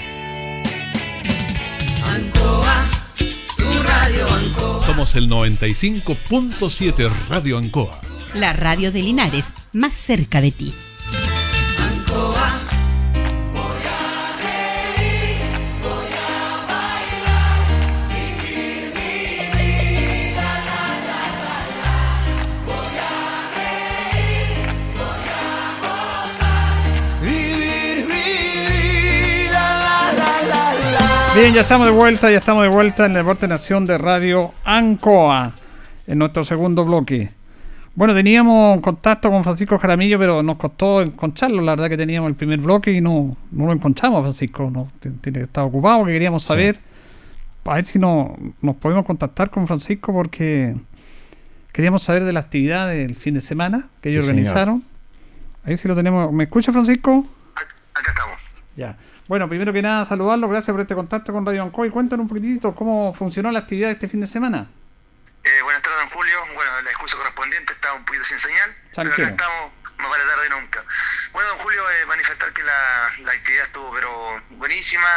Ancoa, tu Radio Ancoa. Somos el 95.7 Radio Ancoa. La radio de Linares, más cerca de ti. Ancoa. Voy a reír, voy a bailar, vivir mi vida, la, la, la, la. Voy a reír, voy a gozar, vivir mi vida, la, la, la, la. Bien, ya estamos de vuelta en el Deporte Nación de Radio Ancoa, en nuestro segundo bloque. Bueno, teníamos contacto con Francisco Jaramillo, pero nos costó encontrarlo. La verdad que teníamos el primer bloque y no lo encontramos, Francisco. No, tiene que estar ocupado, que queríamos saber. Sí. A ver si nos podemos contactar con Francisco, porque queríamos saber de la actividad del fin de semana que ellos organizaron. Ahí sí lo tenemos. ¿Me escucha, Francisco? Acá estamos. Ya. Bueno, primero que nada, saludarlo. Gracias por este contacto con Radio Ancoa. Y cuéntanos un poquitito cómo funcionó la actividad de este fin de semana. Buenas tardes, don Julio. Bueno, el excuso correspondiente, estaba un poquito sin señal, tranquilo. Pero acá estamos, más vale tarde nunca. Bueno, don Julio, manifestar que la actividad estuvo pero buenísima,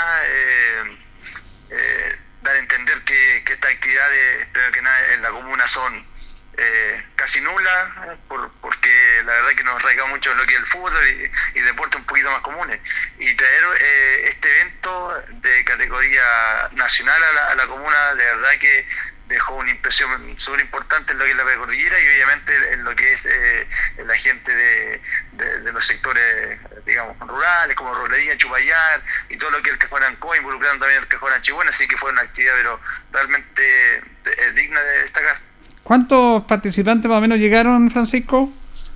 dar a entender que estas actividades, primero que nada, en la comuna son casi nulas, porque la verdad que nos arraiga mucho lo que es el fútbol y deportes un poquito más comunes. Y traer este evento de categoría nacional a la comuna, de verdad que dejó una impresión súper importante en lo que es la precordillera y obviamente en lo que es la gente de los sectores, digamos, rurales, como Robledía, Chupayar y todo lo que es el Cajón Ancoa, involucrando también el Cajón Anchihuena, así que fue una actividad pero realmente digna de destacar. ¿Cuántos participantes más o menos llegaron, Francisco?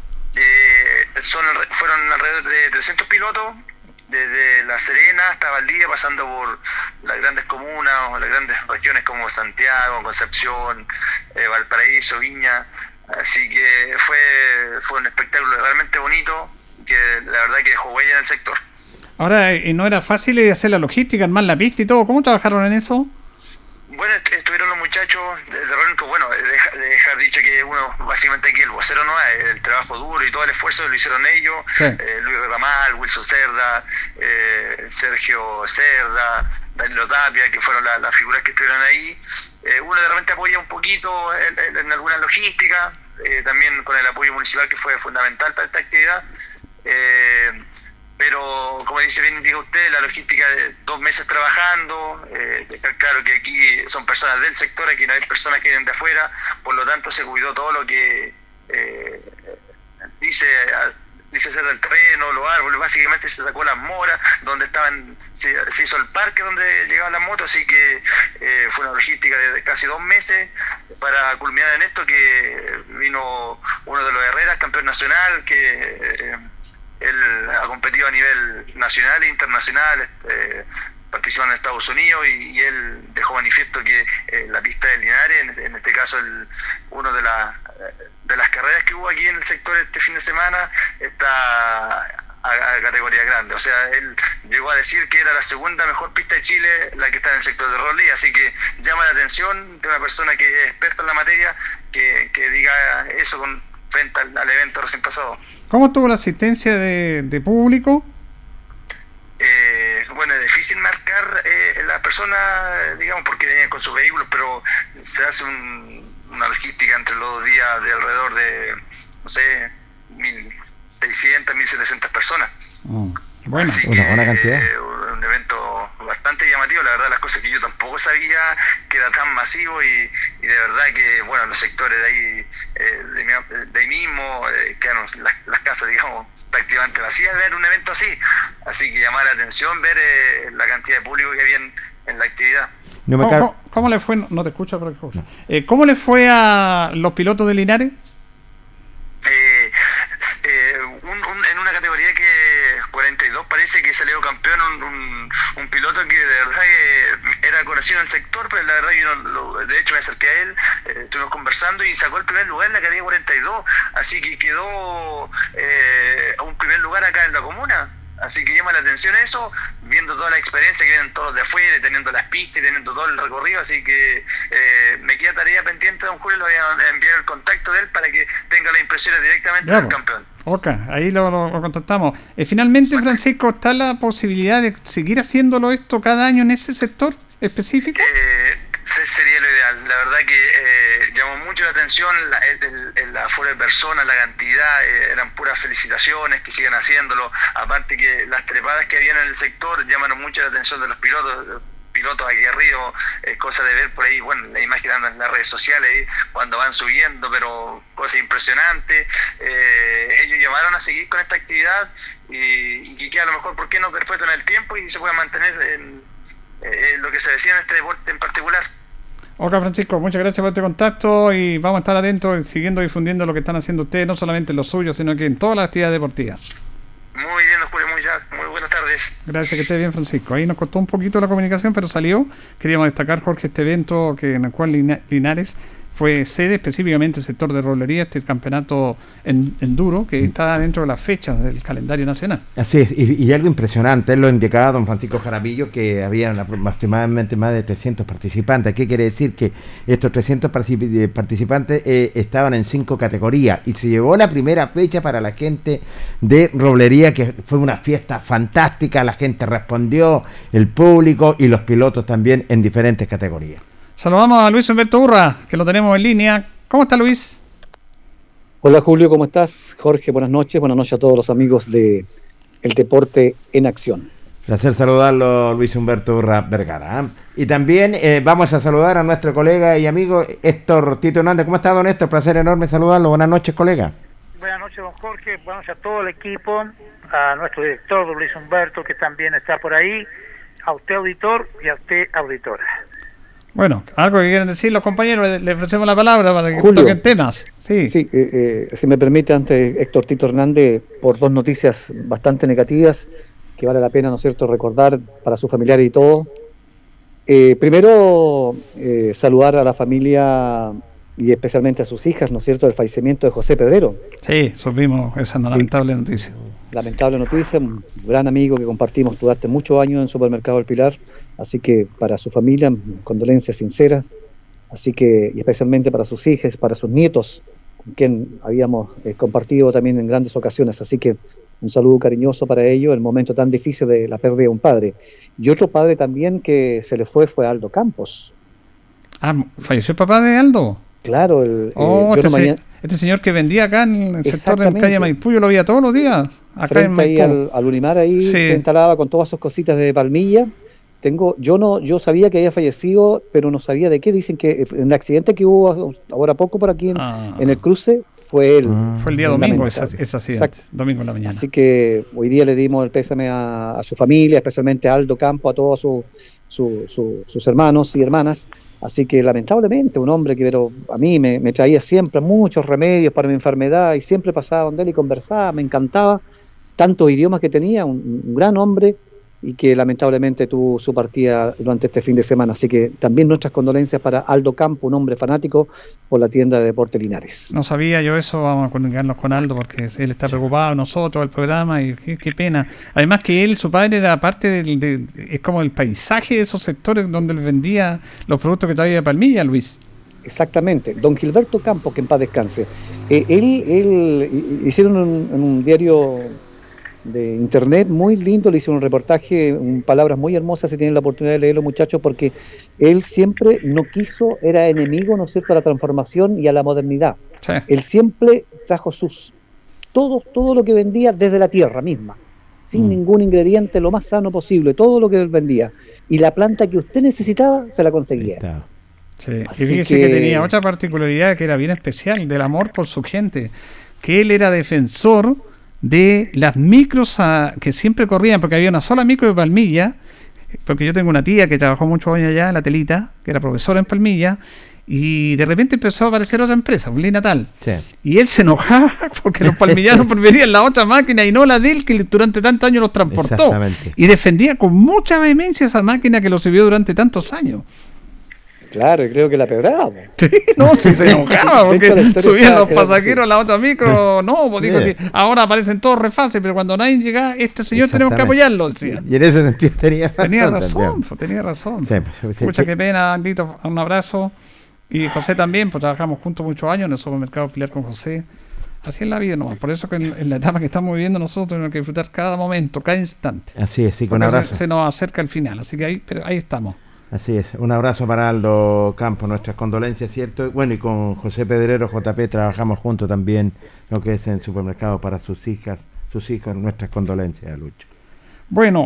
Fueron alrededor de 300 pilotos, desde La Serena hasta Valdivia, pasando por las grandes comunas o las grandes regiones como Santiago, Concepción, Valparaíso, Viña. Así que fue un espectáculo realmente bonito, que la verdad que dejó huella en el sector. Ahora, ¿no era fácil hacer la logística, armar la pista y todo? ¿Cómo trabajaron en eso? Bueno, estuvieron los muchachos de Ronco, bueno, de dejar dicho que uno, básicamente aquí el vocero no es, el trabajo duro y todo el esfuerzo lo hicieron ellos, sí. Luis Ramal, Wilson Cerda, Sergio Cerda, Danilo Tapia, que fueron las figuras que estuvieron ahí. Uno de repente apoya un poquito en alguna logística, también con el apoyo municipal que fue fundamental para esta actividad, Pero como dice bien indica usted, la logística de 2 meses trabajando, dejar claro que aquí son personas del sector, aquí no hay personas que vienen de afuera, por lo tanto se cuidó todo lo que dice ser del terreno, los árboles, básicamente se sacó las moras, donde estaban, se hizo el parque donde llegaban las motos, así que fue una logística de casi 2 meses para culminar en esto, que vino uno de los Herreras, campeón nacional, que él ha competido a nivel nacional e internacional, participando en Estados Unidos, y él dejó manifiesto que la pista de Linares, en este caso uno de las carreras que hubo aquí en el sector este fin de semana, está a categoría grande. O sea, él llegó a decir que era la segunda mejor pista de Chile la que está en el sector de Rolí, así que llama la atención de una persona que es experta en la materia que diga eso frente al evento recién pasado. ¿Cómo estuvo la asistencia de público? Bueno, es difícil marcar la persona, digamos, porque venían con sus vehículos, pero se hace una logística entre los 2 días de alrededor de, no sé, 1.600, 1.700 personas. Bueno, así una buena cantidad. Un evento bastante llamativo, la verdad, las cosas que yo tampoco sabía que era tan masivo, y de verdad que, bueno, los sectores de ahí, de ahí mismo, quedaron las casas, digamos, prácticamente vacías, ver un evento así que llamaba la atención ver la cantidad de público que había en la actividad. ¿Cómo le fue? No te escucho, pero ¿cómo le fue a los pilotos de Linares? En una categoría que 42 parece que salió campeón un piloto que de verdad que era conocido en el sector, pero la verdad yo de hecho me acerqué a él, estuvimos conversando y sacó el primer lugar en la categoría 42, así que quedó a un primer lugar acá en la comuna. Así que llama la atención eso, viendo toda la experiencia que vienen todos de afuera, teniendo las pistas y teniendo todo el recorrido, así que me queda tarea pendiente, don Julio, le voy a enviar el contacto de él para que tenga las impresiones directamente del campeón. Ok, ahí lo contactamos. Finalmente, Francisco, ¿está la posibilidad de seguir haciéndolo esto cada año en ese sector específico? Sería lo ideal. La verdad que llamó mucho la atención el aforo de personas, la cantidad, eran puras felicitaciones, que sigan haciéndolo. Aparte que las trepadas que habían en el sector llamaron mucho la atención de los pilotos aguerridos, cosa de ver por ahí, bueno, la imagen en las redes sociales cuando van subiendo, pero cosas impresionantes. Ellos llamaron a seguir con esta actividad y que a lo mejor, ¿por qué no perpetúen el tiempo y se pueda mantener lo que se decía en este deporte en particular? Ok, Francisco, muchas gracias por este contacto y vamos a estar atentos siguiendo difundiendo lo que están haciendo ustedes, no solamente en lo suyo, sino que en todas las actividades deportivas. Muy bien, Julio, muy buenas tardes. Gracias, que esté bien, Francisco. Ahí nos costó un poquito la comunicación, pero salió. Queríamos destacar, Jorge, este evento en el cual Linares fue sede, específicamente el sector de rolería, este campeonato enduro que está dentro de las fechas del calendario nacional. Así es, y algo impresionante, él lo indicaba don Francisco Jaramillo, que había aproximadamente más de 300 participantes. ¿Qué quiere decir? Que estos 300 participantes estaban en 5 categorías y se llevó la primera fecha para la gente de roblería, que fue una fiesta fantástica, la gente respondió, el público y los pilotos también en diferentes categorías. Saludamos a Luis Humberto Urra, que lo tenemos en línea. ¿Cómo está, Luis? Hola, Julio, ¿cómo estás? Jorge, buenas noches a todos los amigos de El Deporte en Acción. Placer saludarlo, Luis Humberto Urra Vergara. Y también vamos a saludar a nuestro colega y amigo Héctor Tito Hernández. ¿Cómo está, don Héctor? Placer enorme saludarlo. Buenas noches, colega. Buenas noches, don Jorge. Buenas noches a todo el equipo, a nuestro director, don Luis Humberto, que también está por ahí, a usted, auditor, y a usted, auditora. Bueno, algo que quieren decir los compañeros, le ofrecemos la palabra para que Julio, toquen temas. Sí, si me permite, antes Héctor Tito Hernández, por 2 noticias bastante negativas que vale la pena, ¿no es cierto?, recordar para sus familiares y todo. Primero, saludar a la familia y especialmente a sus hijas, ¿no es cierto?, del fallecimiento de José Pedrero. Sí, supimos esa lamentable noticia. Lamentable noticia, un gran amigo que compartimos durante muchos años en Supermercado El Pilar, así que para su familia, condolencias sinceras, así que y especialmente para sus hijas, para sus nietos, con quien habíamos compartido también en grandes ocasiones, así que un saludo cariñoso para ellos, el momento tan difícil de la pérdida de un padre. Y otro padre también que se le fue Aldo Campos. Ah, ¿falleció el papá de Aldo? Claro, Este señor que vendía acá en el sector de Exactamente. calle Maipú, yo lo veía todos los días. Acá en Frente ahí Maipú. al Unimar, ahí Sí. se instalaba con todas sus cositas de palmilla. Yo sabía que había fallecido, pero no sabía de qué. Dicen que en el accidente que hubo ahora poco por aquí en el cruce, fue él. Fue el día domingo ese Lamentable. accidente, Exacto. domingo en la mañana. Así que hoy día le dimos el pésame a su familia, especialmente a Aldo Campo, a todos sus hermanos y hermanas. Así que lamentablemente un hombre que pero a mí me traía siempre muchos remedios para mi enfermedad y siempre pasaba donde él y conversaba, me encantaba, tantos idiomas que tenía, un gran hombre, y que lamentablemente tuvo su partida durante este fin de semana. Así que también nuestras condolencias para Aldo Campo, un hombre fanático por la tienda de Deportes Linares. No sabía yo eso, vamos a comunicarnos con Aldo porque él está preocupado, nosotros, el programa, y qué pena. Además que él, su padre, era parte es como el paisaje de esos sectores donde él vendía los productos que traía de Palmilla, Luis. Exactamente, don Gilberto Campos, que en paz descanse. Él hicieron en un diario de internet muy lindo, le hicieron un reportaje, palabras muy hermosas, si tienen la oportunidad de leerlo, muchachos, porque él siempre no quiso, era enemigo, ¿no es cierto?, a la transformación y a la modernidad. Sí. Él siempre trajo todo lo que vendía desde la tierra misma, sin ningún ingrediente, lo más sano posible, todo lo que él vendía. Y la planta que usted necesitaba, se la conseguía. Sí. Y Así fíjese que tenía otra particularidad que era bien especial, del amor por su gente, que él era defensor de las micros que siempre corrían, porque había una sola micro de Palmilla, porque yo tengo una tía que trabajó muchos años allá en la Telita, que era profesora en Palmilla, y de repente empezó a aparecer otra empresa, un Natal, y él se enojaba porque los palmillanos preferían la otra máquina y no la de él, que durante tantos años los transportó, Exactamente. y defendía con mucha vehemencia esa máquina que lo sirvió durante tantos años. Claro, y creo que la peoraba. Sí, no, si se enojaba, De hecho, la porque historia subían los era pasajeros a la otra micro, no, pues digo, Sí. sí, ahora aparecen todos re fácil, pero cuando nadie llega, este señor tenemos que Exactamente. apoyarlo, decía. Y en ese sentido tenía razón. Tenía razón, también. pues, tenía razón. Sí, pues, sí, Mucha sí. que pena, Andito, un abrazo. Y José también, pues trabajamos juntos muchos años en el supermercado Pilar con José. Así es la vida nomás, por eso que en la etapa que estamos viviendo nosotros tenemos que disfrutar cada momento, cada instante. Así es, sí, con Porque abrazo. se nos acerca el final, así que ahí estamos. Así es, un abrazo para Aldo Campos, nuestras condolencias, ¿cierto? Bueno, y con José Pedrero, JP, trabajamos juntos también, lo que es en el supermercado para sus hijos, nuestras condolencias, Lucho. Bueno,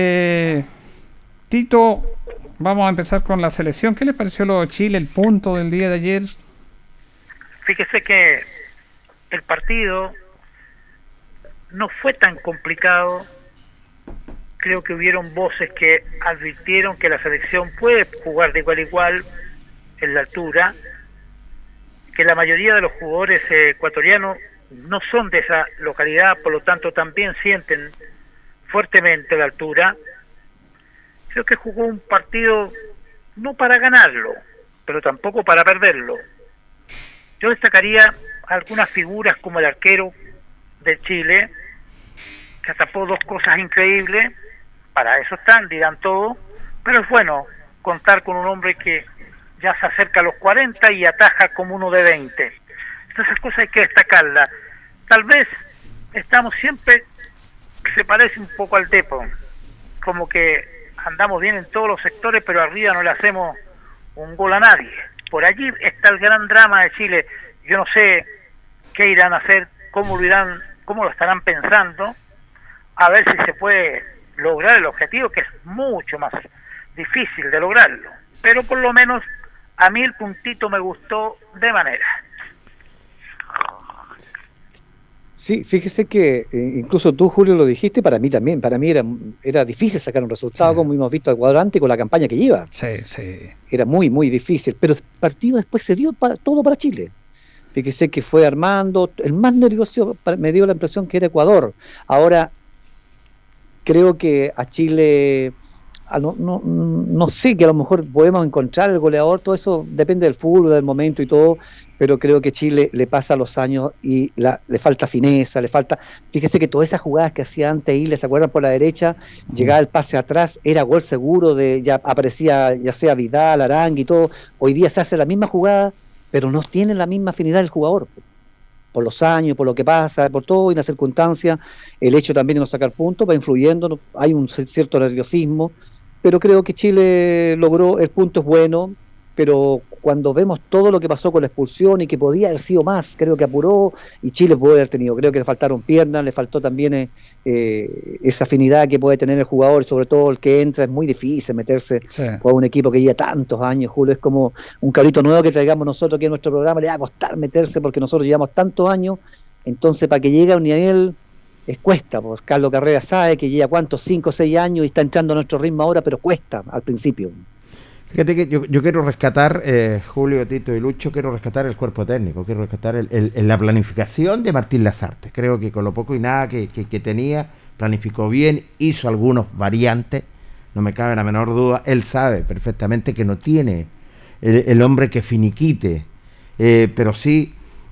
Tito, vamos a empezar con la selección. ¿Qué le pareció lo de Chile, el punto del día de ayer? Fíjese que el partido no fue tan complicado. Creo que hubieron voces que advirtieron que la selección puede jugar de igual a igual en la altura, que la mayoría de los jugadores ecuatorianos no son de esa localidad, por lo tanto también sienten fuertemente la altura. Creo que jugó un partido no para ganarlo, pero tampoco para perderlo. Yo destacaría algunas figuras como el arquero de Chile, que tapó dos cosas increíbles. Para eso están, dirán todo, pero es bueno contar con un hombre que ya se acerca a los 40 y ataja como uno de 20. Entonces esas cosas hay que destacarlas. Tal vez estamos siempre, se parece un poco al Depo, como que andamos bien en todos los sectores, pero arriba no le hacemos un gol a nadie. Por allí está el gran drama de Chile. Yo no sé qué irán a hacer, cómo lo estarán pensando, a ver si se puede lograr el objetivo, que es mucho más difícil de lograrlo, pero por lo menos a mí el puntito me gustó de manera. Sí, fíjese que incluso tú, Julio, lo dijiste, para mí también, para mí era difícil sacar un resultado, como hemos visto a Ecuador antes con la campaña que lleva. Sí. Era muy, muy difícil, pero el partido después se dio todo para Chile. Fíjese que fue armando, el más nervioso me dio la impresión que era Ecuador. Ahora, creo que a Chile, no sé, que a lo mejor podemos encontrar el goleador, todo eso depende del fútbol, del momento y todo, pero creo que Chile le pasa los años y le falta fineza, fíjese que todas esas jugadas que hacía antes Isla, ¿se acuerdan? Por la derecha, llegaba el pase atrás, era gol seguro, ya aparecía ya sea Vidal, Arangui y todo. Hoy día se hace la misma jugada, pero no tiene la misma afinidad el jugador. Por los años, por lo que pasa, por todo y la circunstancia, el hecho también de no sacar puntos va influyendo, hay un cierto nerviosismo, pero creo que Chile logró, el punto es bueno, pero cuando vemos todo lo que pasó con la expulsión y que podía haber sido más, creo que apuró y Chile puede haber tenido, creo que le faltaron piernas, le faltó también esa afinidad que puede tener el jugador, sobre todo el que entra, es muy difícil meterse con un equipo que lleva tantos años, Julio, es como un cabrito nuevo que traigamos nosotros aquí en nuestro programa, le va a costar meterse porque nosotros llevamos tantos años, entonces para que llegue a un nivel cuesta, pues Carlos Carrera sabe que lleva 5 o 6 años y está entrando a nuestro ritmo ahora, pero cuesta al principio. Fíjate que yo quiero rescatar, Julio, Tito y Lucho, quiero rescatar el cuerpo técnico, quiero rescatar la planificación de Martín Lasarte. Creo que con lo poco y nada que tenía, planificó bien, hizo algunos variantes, no me cabe la menor duda. Él sabe perfectamente que no tiene el hombre que finiquite, pero sí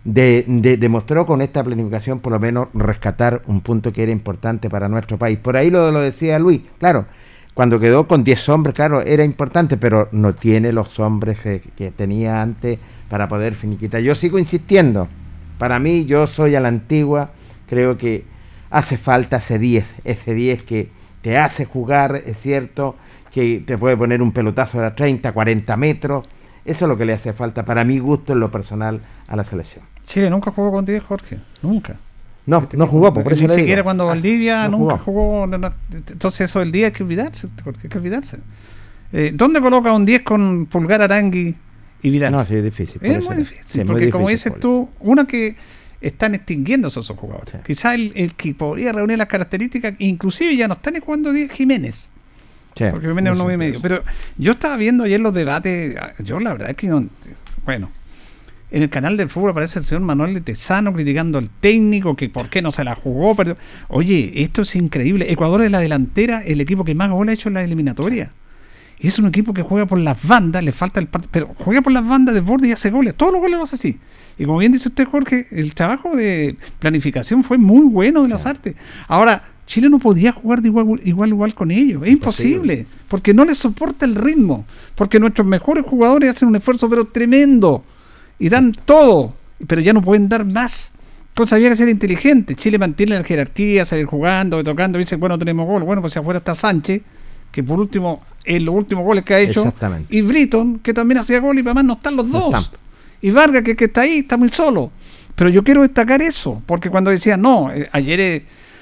demostró con esta planificación por lo menos rescatar un punto que era importante para nuestro país. Por ahí lo decía Luis, claro. Cuando quedó con 10 hombres, claro, era importante, pero no tiene los hombres que tenía antes para poder finiquitar. Yo sigo insistiendo. Para mí, yo soy a la antigua. Creo que hace falta ese 10 que te hace jugar, es cierto, que te puede poner un pelotazo de 30, 40 metros. Eso es lo que le hace falta, para mi gusto, en lo personal, a la selección. Chile nunca jugó con 10, Jorge. Nunca. No jugó, por eso ni siquiera cuando Valdivia nunca jugó. Entonces eso del 10 hay que olvidarse, hay que olvidarse. ¿Dónde coloca un 10 con Pulgar, Arangui y Vidal? No, sí, es difícil. Es muy difícil, porque como dices tú, uno que están extinguiéndose esos jugadores. Sí. Quizás el que podría reunir las características, inclusive ya no están jugando 10 Jiménez. Sí, porque Jiménez es un 9,5. Pero yo estaba viendo ayer los debates, yo la verdad es que no, bueno, en el canal del fútbol aparece el señor Manuel de Tesano criticando al técnico, que por qué no se la jugó. Pero, oye, esto es increíble. Ecuador es la delantera, el equipo que más goles ha hecho en la eliminatoria. Y es un equipo que juega por las bandas, le falta el pero juega por las bandas de borde y hace goles. Todos los goles los hace así. Y como bien dice usted, Jorge, el trabajo de planificación fue muy bueno de Lasarte. Ahora, Chile no podía jugar de igual con ellos. Es imposible, porque no les soporta el ritmo. Porque nuestros mejores jugadores hacen un esfuerzo pero tremendo. Y dan todo, pero ya no pueden dar más. Entonces había que ser inteligente. Chile mantiene la jerarquía, salir jugando, tocando, dice, bueno, tenemos gol. Bueno, pues afuera está Sánchez, que por último, en los últimos goles que ha hecho, y Britton, que también hacía gol, y además no están los dos. Y Vargas, que está ahí, está muy solo. Pero yo quiero destacar eso, porque cuando decían, no, ayer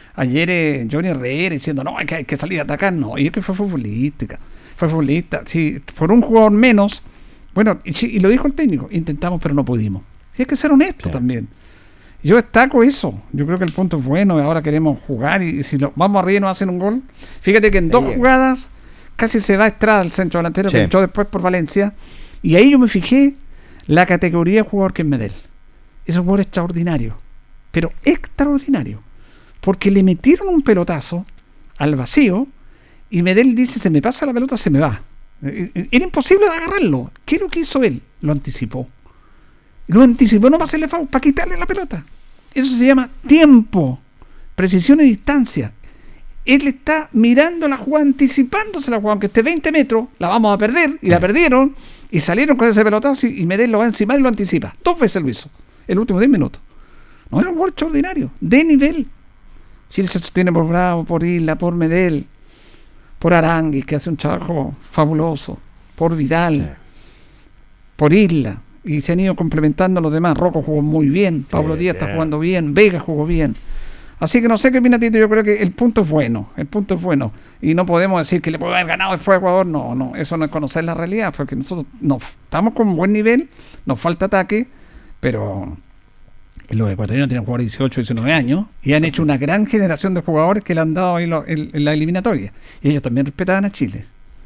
Johnny Herrera diciendo, no, hay que salir a atacar, no, y es que fue futbolista. Si por un jugador menos. Bueno, y lo dijo el técnico, intentamos pero no pudimos. Y hay que ser honesto también. Yo destaco eso, yo creo que el punto es bueno, ahora queremos jugar y si vamos arriba y nos hacen un gol. Fíjate que en 2 jugadas casi se va Estrada, el centro delantero, que entró después por Valencia, y ahí yo me fijé la categoría de jugador que es Medel. Es un jugador extraordinario, pero extraordinario, porque le metieron un pelotazo al vacío y Medel dice, se me pasa la pelota, se me va. Era imposible agarrarlo. ¿Qué es lo que hizo él? Lo anticipó no para hacerle foul, para quitarle la pelota. Eso se llama tiempo, precisión y distancia. Él está mirando la jugada, anticipándose la jugada, aunque esté 20 metros, la vamos a perder, y la perdieron, y salieron con ese pelotazo, y Medel lo va encima y lo anticipa. 2 veces lo hizo, el último 10 minutos. No, era un jugador extraordinario, de nivel. Chile se sostiene por Bravo, por Isla, por Medel, por Arangui, que hace un trabajo fabuloso, por Vidal, por Isla, y se han ido complementando los demás. Rocco jugó muy bien, Pablo Díaz está jugando bien, Vega jugó bien. Así que no sé qué opina Tito, yo creo que el punto es bueno, y no podemos decir que le puede haber ganado después a Ecuador, no, eso no es conocer la realidad, porque nosotros estamos con buen nivel, nos falta ataque, pero los ecuatorianos tienen jugadores de 18, 19 años y han hecho una gran generación de jugadores que le han dado ahí en la eliminatoria. Y ellos también respetaban a Chile.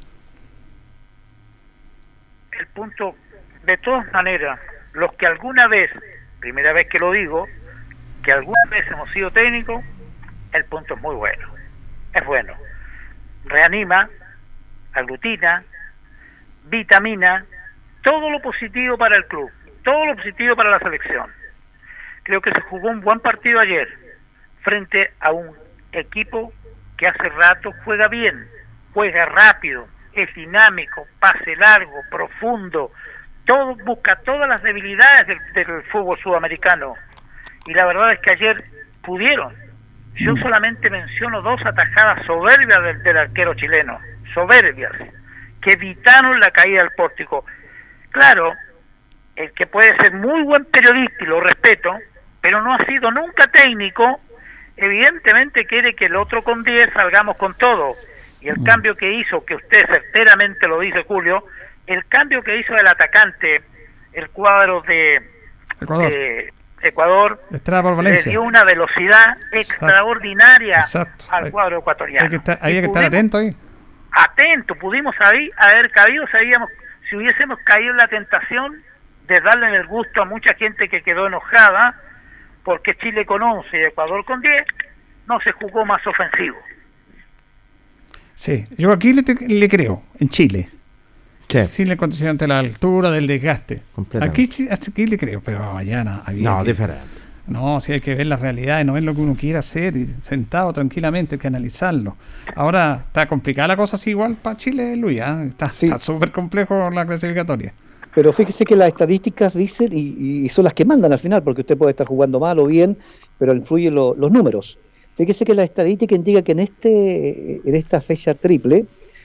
El punto, de todas maneras, los que alguna vez, primera vez que lo digo, que alguna vez hemos sido técnicos, el punto es muy bueno. Es bueno. Reanima, aglutina, vitamina, todo lo positivo para el club, todo lo positivo para la selección. Creo que se jugó un buen partido ayer frente a un equipo que hace rato juega bien, juega rápido, es dinámico, pase largo, profundo, todo busca todas las debilidades del fútbol sudamericano. Y la verdad es que ayer pudieron. Yo solamente menciono 2 atajadas soberbias del arquero chileno, soberbias, que evitaron la caída del pórtico. claro, el que puede ser muy buen periodista y lo respeto, pero no ha sido nunca técnico, evidentemente quiere que el otro con 10 salgamos con todo. Y el cambio que hizo, que usted certeramente lo dice, Julio, el cambio que hizo el atacante, el cuadro de Ecuador, le dio una velocidad extraordinaria al cuadro ecuatoriano. Había que estar atento ahí. Atento, pudimos ahí haber caído, si hubiésemos caído en la tentación de darle el gusto a mucha gente que quedó enojada, porque Chile con 11 y Ecuador con 10 no se jugó más ofensivo. Sí, yo aquí le creo, en Chile. Sí, le condición ante la altura del desgaste. Aquí le creo, pero mañana había diferente. No, sí hay que ver la realidad y no ver lo que uno quiere hacer y sentado tranquilamente hay que analizarlo. Ahora está complicada la cosa así igual para Chile, Luis, ¿eh? Está súper complejo la clasificatoria. Pero fíjese que las estadísticas dicen y son las que mandan al final, porque usted puede estar jugando mal o bien, pero influyen los números. Fíjese que la estadística indica que en esta fecha triple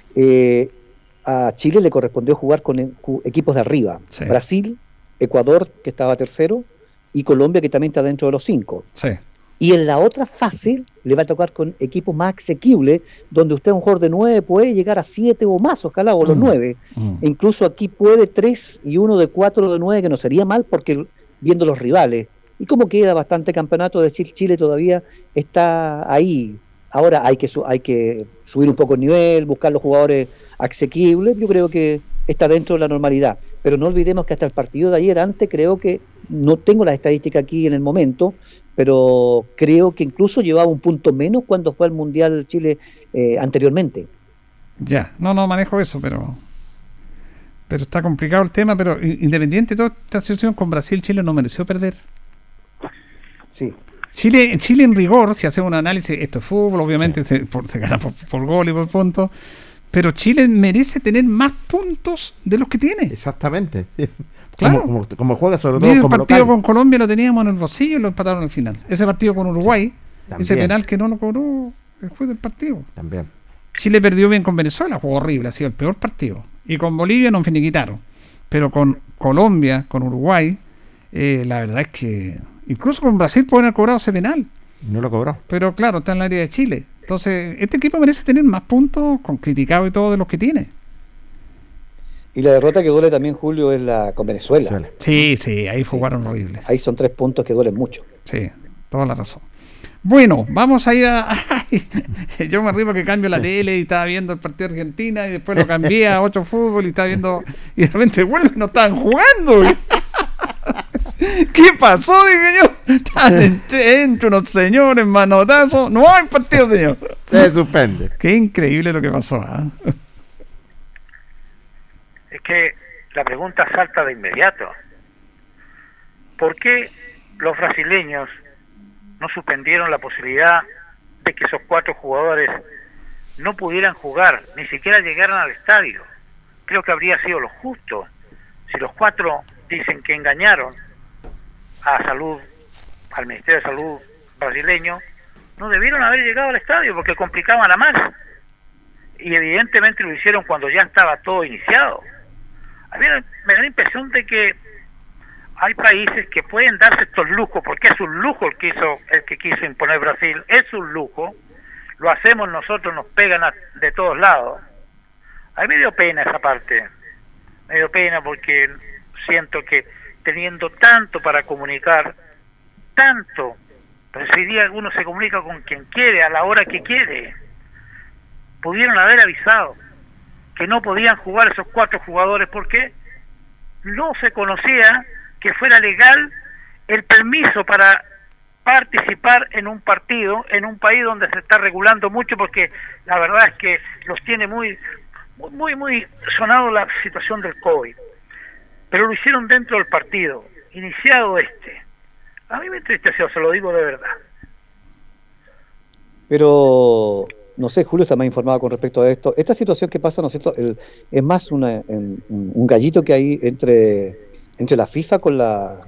a Chile le correspondió jugar con equipos de arriba. Sí. Brasil, Ecuador, que estaba tercero, y Colombia, que también está dentro de los 5. Sí. Y en la otra fase le va a tocar con equipos más asequibles, donde usted, un jugador de 9, puede llegar a 7 o más, ojalá, o los 9. E incluso aquí puede 3 y uno de 4 de 9, que no sería mal, porque viendo los rivales. Y como queda bastante campeonato, decir Chile todavía está ahí. Ahora hay que subir un poco el nivel, buscar los jugadores asequibles. Yo creo que está dentro de la normalidad. Pero no olvidemos que hasta el partido de ayer, antes, creo que, no tengo la estadística aquí en el momento, pero creo que incluso llevaba un punto menos cuando fue al Mundial Chile anteriormente. Ya, no manejo eso, pero está complicado el tema. Pero independiente de toda esta situación con Brasil, Chile no mereció perder. Sí. Chile en rigor, si hacemos un análisis, esto es fútbol, obviamente se gana por gol y por puntos, pero Chile merece tener más puntos de los que tiene. Exactamente. Claro. Como juega, sobre todo el como partido local. con Colombia lo teníamos en el bolsillo y lo empataron al final. Ese partido con Uruguay, también. Ese penal que no lo cobró después del partido. También. Chile perdió bien con Venezuela, jugó horrible, ha sido el peor partido. Y con Bolivia nos finiquitaron. Pero con Colombia, con Uruguay, la verdad es que incluso con Brasil pueden haber cobrado ese penal. No lo cobró. Pero claro, está en el área de Chile. Entonces, este equipo merece tener más puntos, con criticado y todo, de los que tiene. Y la derrota que duele también, Julio, es la con Venezuela. Sí, ahí jugaron horribles. Ahí son 3 puntos que duelen mucho. Sí, toda la razón. Bueno, vamos a ir a... Yo me río porque cambio la tele y estaba viendo el partido de Argentina y después lo cambié a 8 fútbol y estaba viendo... Y de repente vuelve y no estaban jugando. ¿Qué pasó? Dije yo. Están entre unos señores manotazos. No hay partido, señor. Se suspende. Qué increíble lo que pasó. ¿Eh? Es que la pregunta salta de inmediato. ¿Por qué los brasileños no suspendieron la posibilidad de que esos 4 jugadores no pudieran jugar, ni siquiera llegaran al estadio? Creo que habría sido lo justo. Si los 4 dicen que engañaron a salud, al Ministerio de Salud brasileño, no debieron haber llegado al estadio porque complicaban a más. Y evidentemente lo hicieron cuando ya estaba todo iniciado. A mí me da la impresión de que hay países que pueden darse estos lujos, porque es un lujo el que quiso imponer Brasil, es un lujo, lo hacemos nosotros, nos pegan de todos lados. A mí me dio pena esa parte, me dio pena porque siento que teniendo tanto para comunicar, tanto, pero si día uno se comunica con quien quiere, a la hora que quiere, pudieron haber avisado que no podían jugar esos 4 jugadores porque no se conocía que fuera legal el permiso para participar en un partido en un país donde se está regulando mucho, porque la verdad es que los tiene muy sonado la situación del COVID, pero lo hicieron dentro del partido, iniciado a mí me entristeció, se lo digo de verdad. Pero no sé, Julio está más informado con respecto a esto. Esta situación que pasa, ¿no es cierto? Es más un gallito que hay entre la FIFA con la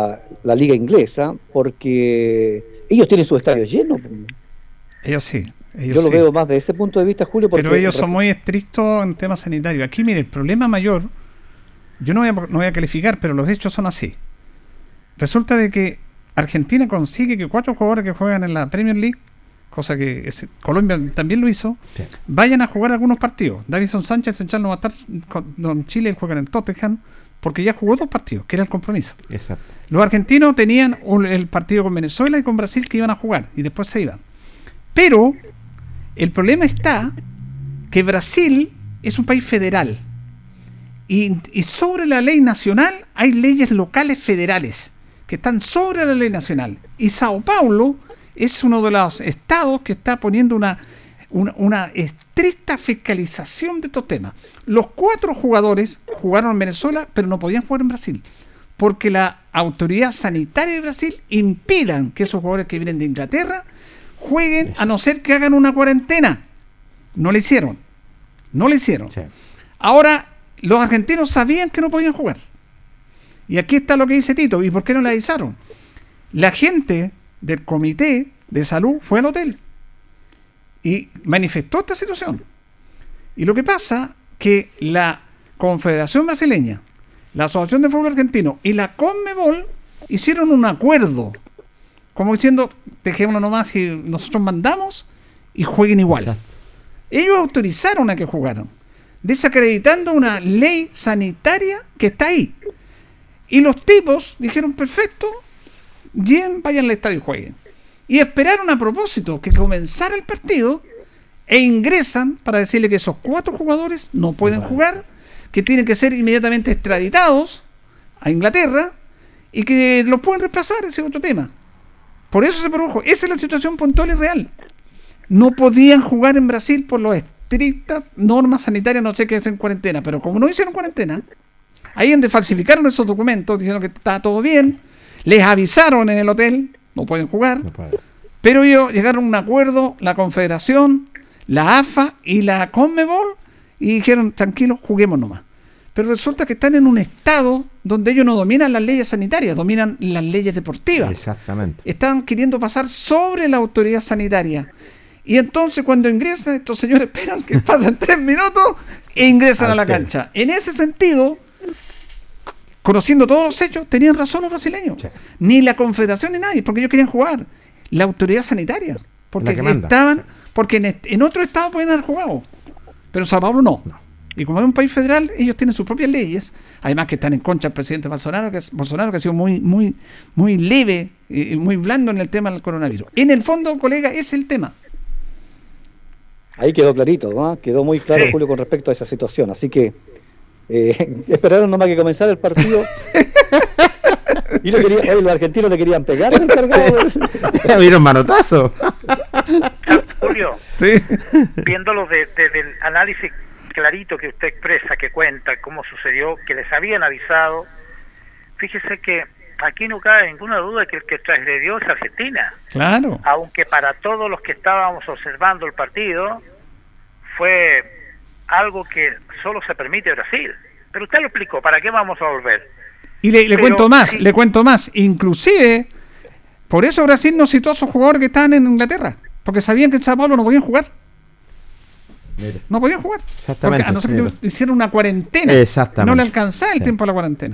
liga inglesa, porque ellos tienen sus estadios llenos. Ellos sí. Yo lo veo más de ese punto de vista, Julio. Porque pero ellos son muy estrictos en temas sanitarios. Aquí, mire, el problema mayor, yo no voy a calificar, pero los hechos son así. Resulta de que Argentina consigue que 4 jugadores que juegan en la Premier League, cosa que Colombia también lo hizo, sí, vayan a jugar algunos partidos. Davison Sánchez no va a estar con Chile, él juega en el Tottenham, porque ya jugó 2 partidos, que era el compromiso. Exacto. Los argentinos tenían el partido con Venezuela y con Brasil que iban a jugar, y después se iban. Pero el problema está que Brasil es un país federal, y sobre la ley nacional hay leyes locales federales que están sobre la ley nacional, y Sao Paulo es uno de los estados que está poniendo una estricta fiscalización de estos temas. Los 4 jugadores jugaron en Venezuela, pero no podían jugar en Brasil, porque la autoridad sanitaria de Brasil impidan que esos jugadores que vienen de Inglaterra jueguen, a no ser que hagan una cuarentena. No lo hicieron. Sí. Ahora, los argentinos sabían que no podían jugar. Y aquí está lo que dice Tito. ¿Y por qué no le avisaron? La gente del comité de salud fue al hotel y manifestó esta situación. Y lo que pasa que la Confederación Brasileña, la Asociación de Fútbol Argentino y la CONMEBOL hicieron un acuerdo, como diciendo, dejémonos nomás y nosotros mandamos y jueguen igual. Exacto. Ellos autorizaron a que jugaran, desacreditando una ley sanitaria que está ahí. Y los tipos dijeron, perfecto, bien, vayan al estadio y jueguen. Y esperaron a propósito que comenzara el partido e ingresan para decirle que esos 4 jugadores no pueden jugar, que tienen que ser inmediatamente extraditados a Inglaterra y que los pueden reemplazar, ese es otro tema. Por eso se produjo. Esa es la situación puntual y real. No podían jugar en Brasil por las estrictas normas sanitarias, no sé qué es en cuarentena, pero como no hicieron cuarentena, ahí donde falsificaron esos documentos, dijeron que estaba todo bien, les avisaron en el hotel, no pueden jugar, pero ellos llegaron a un acuerdo, la Confederación, la AFA y la CONMEBOL, y dijeron, tranquilos, juguemos nomás. Pero resulta que están en un estado donde ellos no dominan las leyes sanitarias, dominan las leyes deportivas. Exactamente. Están queriendo pasar sobre la autoridad sanitaria. Y entonces cuando ingresan, estos señores esperan que pasen 3 minutos e ingresan a la cancha. En ese sentido, conociendo todos los hechos, tenían razón los brasileños. Sí. Ni la Confederación ni nadie, porque ellos querían jugar. La autoridad sanitaria. Porque estaban, porque en otro estado podían haber jugado. Pero en Sao Paulo no. Y como es un país federal, ellos tienen sus propias leyes. Además que están en contra del presidente Bolsonaro, que ha sido muy leve y muy blando en el tema del coronavirus. En el fondo, colega, ese es el tema. Ahí quedó clarito, ¿no? Quedó muy claro, sí, Julio, con respecto a esa situación. Así que esperaron nomás que comenzara el partido. Y los argentinos le querían pegar al encargado. Ya vieron manotazo. Julio, sí, viéndolo desde el análisis clarito que usted expresa, que cuenta cómo sucedió, que les habían avisado, fíjese que aquí no cabe ninguna duda que el que transgredió es Argentina. Claro. Aunque para todos los que estábamos observando el partido fue algo que solo se permite Brasil. Pero usted lo explicó, ¿para qué vamos a volver? Y le cuento más, inclusive por eso Brasil no citó a esos jugadores que estaban en Inglaterra, porque sabían que en Sao Paulo no podían jugar. Mire. No podían jugar. Exactamente. Porque a no ser que hicieron una cuarentena. Exactamente. No le alcanzaba el tiempo a la cuarentena.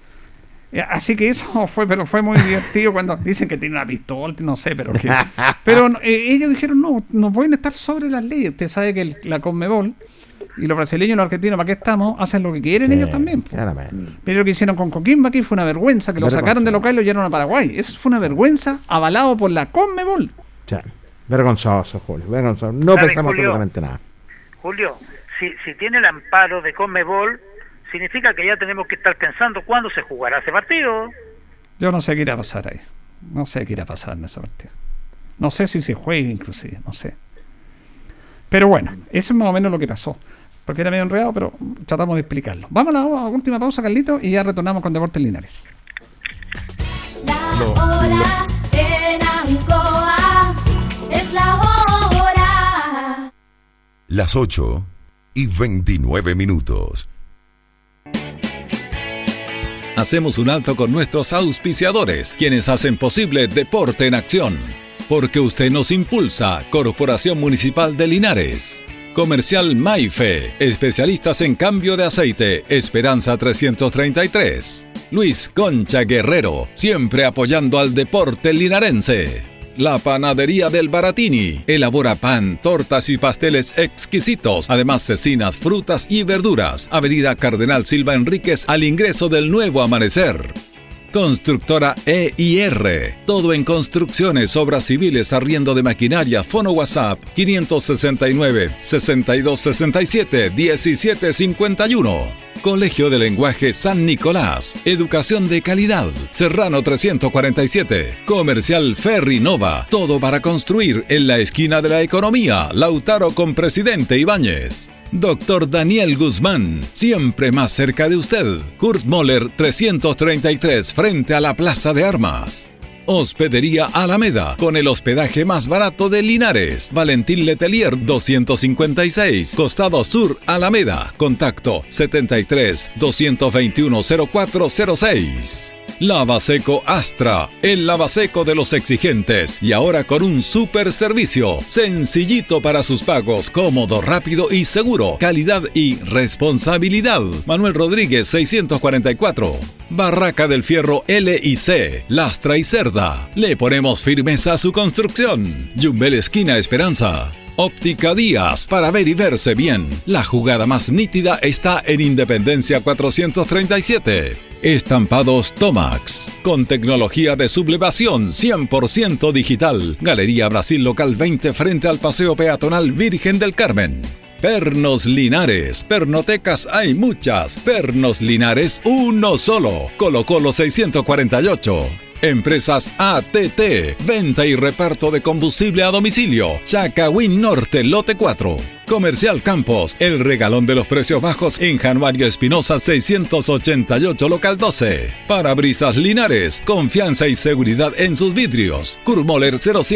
Así que eso fue muy divertido cuando dicen que tiene una pistola, no sé, pero ellos dijeron no pueden estar sobre las leyes. Usted sabe que la CONMEBOL y los brasileños y los argentinos, ¿para qué estamos? Hacen lo que quieren ellos también. Pero lo que hicieron con Coquimbo aquí fue una vergüenza, que lo sacaron de local y lo llevaron a Paraguay. Eso fue una vergüenza, avalado por la CONMEBOL. Vergonzoso, Julio, vergonzoso. No pensamos absolutamente nada. Julio, si tiene el amparo de CONMEBOL, significa que ya tenemos que estar pensando cuándo se jugará ese partido. Yo no sé qué irá a pasar ahí. No sé qué irá a pasar en ese partido. No sé si se juega inclusive, no sé. Pero bueno, eso es más o menos lo que pasó. Porque era medio enredado, pero tratamos de explicarlo. Vamos a la última pausa, Carlito, y ya retornamos con Deportes Linares. La hora en Ancoa es la hora. Las 8:29. Hacemos un alto con nuestros auspiciadores, quienes hacen posible Deporte en Acción. porque usted nos impulsa. Corporación Municipal de Linares. Comercial Maife, especialistas en cambio de aceite, Esperanza 333. Luis Concha Guerrero, siempre apoyando al deporte linarense. La Panadería del Baratini, elabora pan, tortas y pasteles exquisitos, además cecinas, frutas y verduras. Avenida Cardenal Silva Enríquez al ingreso del Nuevo Amanecer. Constructora EIR, todo en construcciones, obras civiles, arriendo de maquinaria. Fono WhatsApp 569-6267-1751. Colegio de Lenguaje San Nicolás, educación de calidad. Serrano 347, Comercial Ferry Nova, todo para construir en la esquina de la economía. Lautaro con Presidente Ibáñez. Doctor Daniel Guzmán, siempre más cerca de usted. Kurt Moller 333, frente a la Plaza de Armas. Hospedería Alameda, con el hospedaje más barato de Linares. Valentín Letelier 256, Costado Sur, Alameda. Contacto 73 221 0406. Lavaseco Astra, el lavaseco de los exigentes, y ahora con un super servicio, sencillito para sus pagos, cómodo, rápido y seguro, calidad y responsabilidad. Manuel Rodríguez 644. Barraca del Fierro L&C, Lastra y Cerda. Le ponemos firmeza a su construcción. Yumbel esquina Esperanza. Óptica Díaz, para ver y verse bien. La jugada más nítida está en Independencia 437. Estampados Tomax, con tecnología de sublevación 100% digital. Galería Brasil Local 20, frente al Paseo Peatonal Virgen del Carmen. Pernos Linares, pernotecas hay muchas. Pernos Linares, uno solo. Colo Colo 648. Empresas ATT, venta y reparto de combustible a domicilio. Chacawín Norte, lote 4. Comercial Campos, el regalón de los precios bajos en Januario Espinosa 688, local 12. Parabrisas Linares, confianza y seguridad en sus vidrios. Kurmoller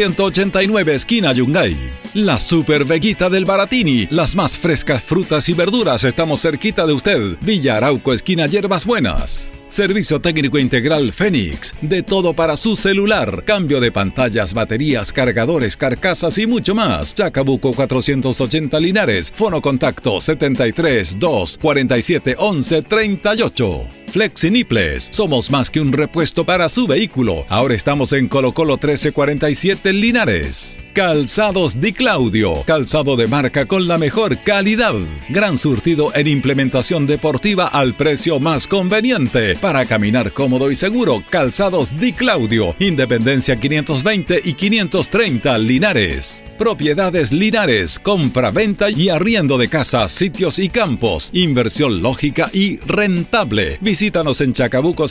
0189, esquina Yungay. La Super Veguita del Baratini, las más frescas frutas y verduras, estamos cerquita de usted. Villa Arauco, esquina Hierbas Buenas. Servicio técnico integral Fénix, de todo para su celular, cambio de pantallas, baterías, cargadores, carcasas y mucho más. Chacabuco 480 Linares, fono contacto 73 2 47 11 38. Flexiniples, somos más que un repuesto para su vehículo. Ahora estamos en Colo Colo 1347 Linares. Calzados Di Claudio, calzado de marca con la mejor calidad. Gran surtido en implementación deportiva al precio más conveniente. Para caminar cómodo y seguro, Calzados Di Claudio, Independencia 520 y 530 Linares. Propiedades Linares, compra, venta y arriendo de casas, sitios y campos. Inversión lógica y rentable. Visítanos en Chacabuco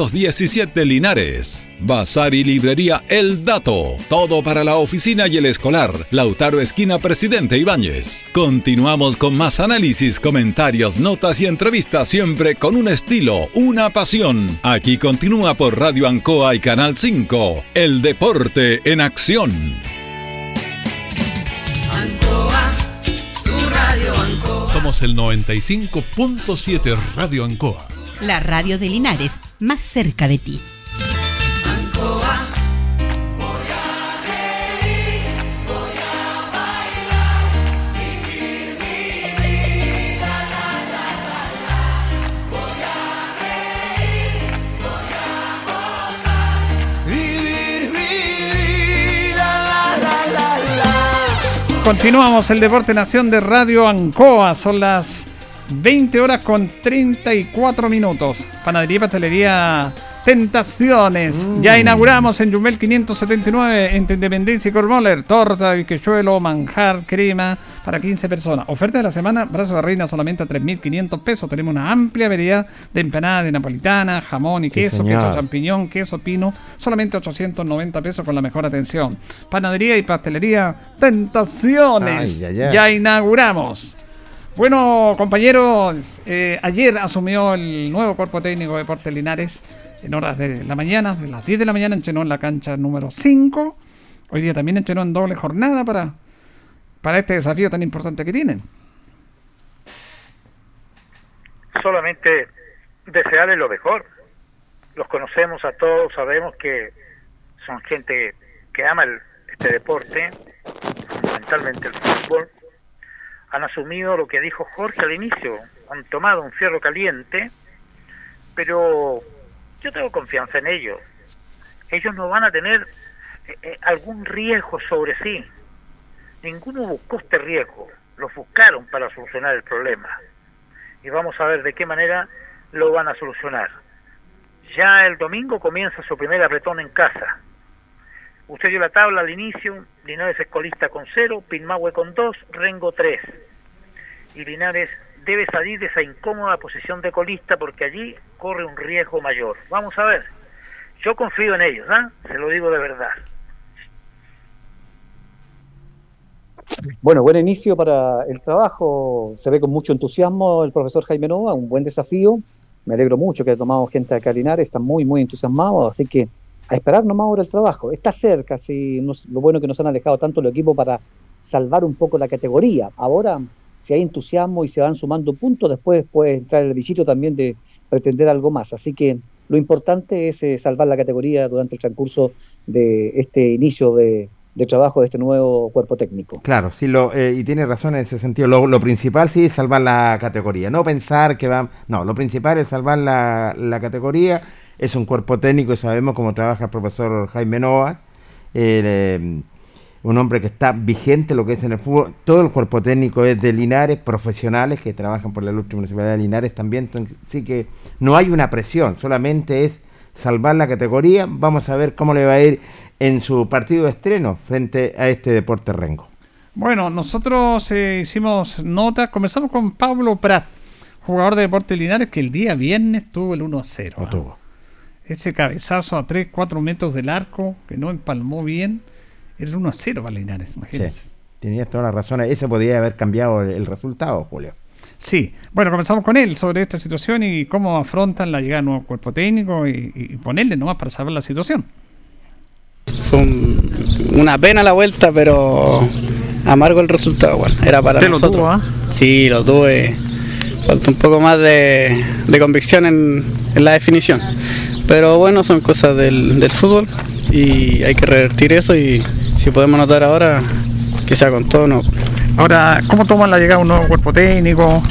617 Linares. Bazar y librería El Dato, todo para la oficina y el escolar. Lautaro esquina Presidente Ibáñez. Continuamos con más análisis, comentarios, notas y entrevistas, siempre con un estilo, una pasión. Aquí continúa por Radio Ancoa y Canal 5, el deporte en acción. Ancoa, tu radio Ancoa. Somos el 95.7 Radio Ancoa. La radio de Linares, más cerca de ti. Ancoa. Voy a reír, voy a bailar, vivir mi vida, la, la, la, la. Voy a reír, voy a gozar, vivir mi vida, la, la, la, la. Continuamos el Deporte Nación de Radio Ancoa. Son las 20 horas con 34 minutos. Panadería y pastelería Tentaciones. Ya inauguramos en Yumbel 579, entre Independencia y Kurmoller. Torta de bizcochuelo, manjar, crema para 15 personas. Oferta de la semana, brazo de reina solamente a 3.500 pesos. Tenemos una amplia variedad de empanadas de napolitana, jamón y queso, queso champiñón, queso pino. Solamente 890 pesos con la mejor atención. Panadería y pastelería Tentaciones. Ya inauguramos. Bueno, compañeros, ayer asumió el nuevo cuerpo técnico de Deportes Linares en horas de la mañana, de las 10 de la mañana entrenó en la cancha número 5. Hoy día también entrenó en doble jornada para este desafío tan importante que tienen. Solamente desearles lo mejor. Los conocemos a todos, sabemos que son gente que ama el este deporte, fundamentalmente el fútbol, han asumido lo que dijo Jorge al inicio, han tomado un fierro caliente, pero yo tengo confianza en ellos. Ellos no van a tener algún riesgo sobre sí. Ninguno buscó este riesgo, los buscaron para solucionar el problema. Y vamos a ver de qué manera lo van a solucionar. Ya el domingo comienza su primer apretón en casa. Usted dio la tabla al inicio, Linares es colista con 0, Pilmahue con 2, Rengo 3. Y Linares debe salir de esa incómoda posición de colista porque allí corre un riesgo mayor. Vamos a ver. Yo confío en ellos, se lo digo de verdad. Bueno, buen inicio para el trabajo. Se ve con mucho entusiasmo el profesor Jaime Nova, un buen desafío. Me alegro mucho que haya tomado gente acá a Linares, están muy, muy entusiasmados, así que a esperar nomás ahora el trabajo. Está cerca, lo bueno que nos han alejado tanto los equipos para salvar un poco la categoría. Ahora, si hay entusiasmo y se van sumando puntos, después puede entrar el visito también de pretender algo más. Así que lo importante es salvar la categoría durante el transcurso de este inicio de trabajo de este nuevo cuerpo técnico. Claro, sí, y tiene razón en ese sentido. Lo principal sí es salvar la categoría, no pensar que va... No, lo principal es salvar la categoría. Es un cuerpo técnico y sabemos cómo trabaja el profesor Jaime Nova, un hombre que está vigente lo que es en el fútbol. Todo el cuerpo técnico es de Linares, profesionales que trabajan por la Ilustre Municipalidad de Linares también, entonces, sí que no hay una presión, solamente es salvar la categoría. Vamos a ver cómo le va a ir en su partido de estreno frente a este Deportes Rengo. Bueno, nosotros hicimos notas, comenzamos con Pablo Prat, jugador de Deportes Linares, que el día viernes tuvo el 1-0. Lo tuvo. Ese cabezazo a 3-4 metros del arco, que no empalmó bien, era el 1-0 para Linares, imagínense. Sí, tenías toda la razón, ese podría haber cambiado el resultado, Julio. Sí, bueno, comenzamos con él sobre esta situación y cómo afrontan la llegada de nuevo cuerpo técnico y ponerle nomás para saber la situación. Fue una pena la vuelta, pero amargo el resultado. Bueno, era para nosotros. Lo tuvo, Sí, lo tuve. Falta un poco más de convicción en la definición. Pero bueno, son cosas del fútbol y hay que revertir eso y si podemos notar ahora, que sea con todo, no. Ahora, ¿cómo toman la llegada de un nuevo cuerpo técnico?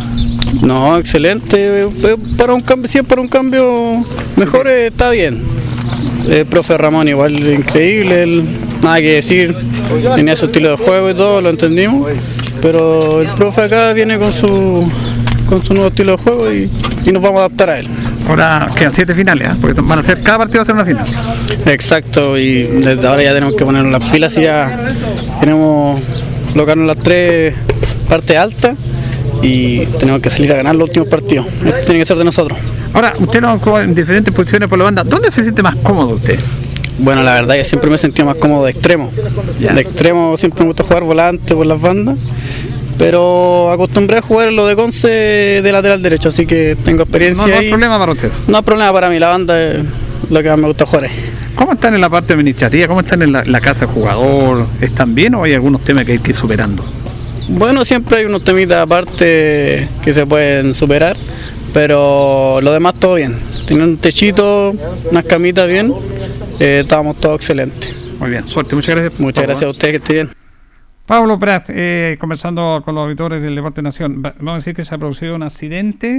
No, excelente. Para un cambio, si es para un cambio mejor, está bien. El profe Ramón igual increíble, nada que decir, tenía su estilo de juego y todo, lo entendimos, pero el profe acá viene con su nuevo estilo de juego y nos vamos a adaptar a él. Ahora quedan 7 finales, porque van a hacer, cada partido va a ser una final. Exacto, y desde ahora ya tenemos que ponernos las pilas y ya queremos colocarnos las 3 partes altas y tenemos que salir a ganar los últimos partidos. Esto tiene que ser de nosotros. Ahora, usted no juega en diferentes posiciones por la banda. ¿Dónde se siente más cómodo usted? Bueno, la verdad que siempre me he sentido más cómodo de extremo. Ya. De extremo siempre me gusta jugar volante por las bandas, pero acostumbré a jugar lo de Conce de lateral derecho, así que tengo experiencia. No hay problema para usted. No hay problema para mí, la banda es lo que más me gusta jugar. ¿Cómo están en la parte administrativa? ¿Cómo están en la casa del jugador? ¿Están bien o hay algunos temas que hay que ir superando? Bueno, siempre hay unos temitas aparte que se pueden superar, pero lo demás todo bien. Tienen un techito, unas camitas bien, estábamos todos excelentes. Muy bien, suerte, muchas gracias. Muchas gracias a ustedes, que esté bien. Pablo Prat, conversando con los auditores del Deporte Nación, vamos a decir que se ha producido un accidente,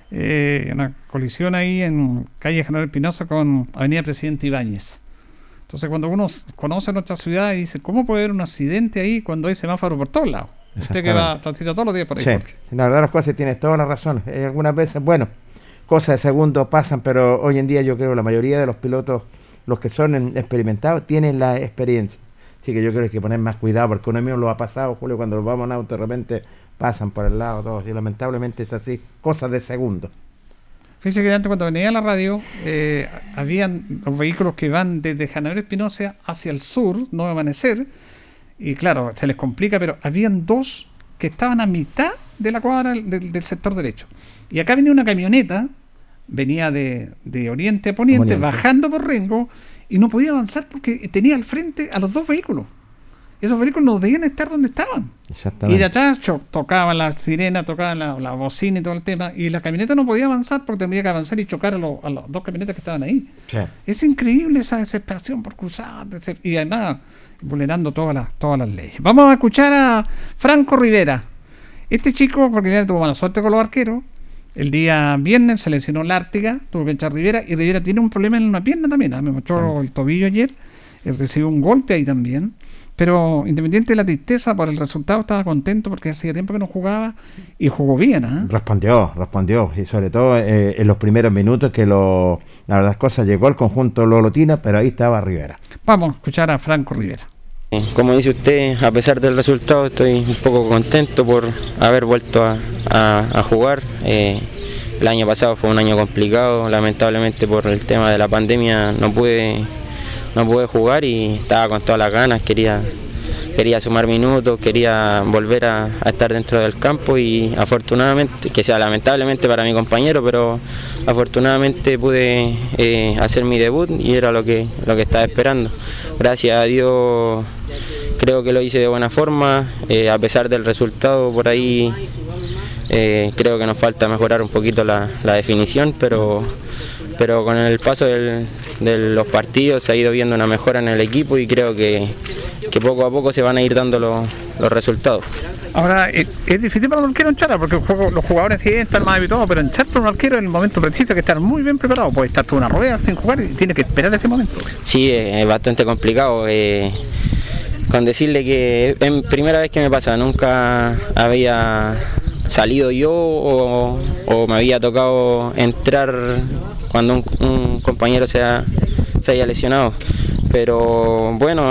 una colisión ahí en calle General Espinosa con avenida Presidente Ibáñez. Entonces cuando uno conoce nuestra ciudad y dice, ¿cómo puede haber un accidente ahí cuando hay semáforo por todos lados? Usted que va transita todos los días por ahí. Sí, Jorge. la verdad las cosas tienes toda la razón. Algunas veces, bueno, cosas de segundos pasan, pero hoy en día yo creo que la mayoría de los pilotos, los que son experimentados, tienen la experiencia. Así que yo creo que hay que poner más cuidado, porque uno mismo lo ha pasado, Julio, cuando vamos en auto de repente pasan por el lado todos, y lamentablemente es así, cosas de segundos. Fíjese que antes cuando venía a la radio, habían los vehículos que van desde General Espinosa hacia el sur, no Amanecer, y claro, se les complica, pero habían 2 que estaban a mitad de la cuadra del sector derecho. Y acá venía una camioneta, venía de oriente a poniente, bajando por Rengo, y no podía avanzar porque tenía al frente a los 2 vehículos. esos vehículos no debían estar donde estaban. Exactamente. Y de atrás tocaban la sirena, tocaban la bocina y todo el tema, y la camioneta no podía avanzar porque tenía que avanzar y chocar a las dos camionetas que estaban ahí. Sí. Es increíble esa desesperación por cruzar, y además vulnerando todas las leyes. Vamos a escuchar a Franco Rivera. Este chico, porque ya tuvo mala suerte con los arqueros, el día viernes se lesionó la Ártica, tuvo que echar Rivera, y Rivera tiene un problema en una pierna también. Me mostró el tobillo ayer, él recibió un golpe ahí también. Pero independiente de la tristeza por el resultado, estaba contento porque hacía tiempo que no jugaba y jugó bien. Respondió, y sobre todo en los primeros minutos que la verdad es cosa llegó al conjunto Lolotina, pero ahí estaba Rivera. Vamos a escuchar a Franco Rivera. Como dice usted, a pesar del resultado, estoy un poco contento por haber vuelto a jugar. El año pasado fue un año complicado, lamentablemente por el tema de la pandemia no pude jugar y estaba con todas las ganas, quería sumar minutos, quería volver a estar dentro del campo y afortunadamente, que sea lamentablemente para mi compañero, pero afortunadamente pude hacer mi debut y era lo que estaba esperando. Gracias a Dios creo que lo hice de buena forma, a pesar del resultado por ahí creo que nos falta mejorar un poquito la definición, pero con el paso de los partidos se ha ido viendo una mejora en el equipo y creo que poco a poco se van a ir dando los resultados. Ahora, es difícil para un arquero enchar, porque los jugadores sí están más habituados, pero enchar para un arquero en el momento preciso hay que estar muy bien preparado. Puede estar toda una rueda sin jugar y tiene que esperar ese momento. Sí, es bastante complicado. Con decirle que es primera vez que me pasa, nunca había salido yo o me había tocado entrar cuando un compañero se haya lesionado, pero bueno,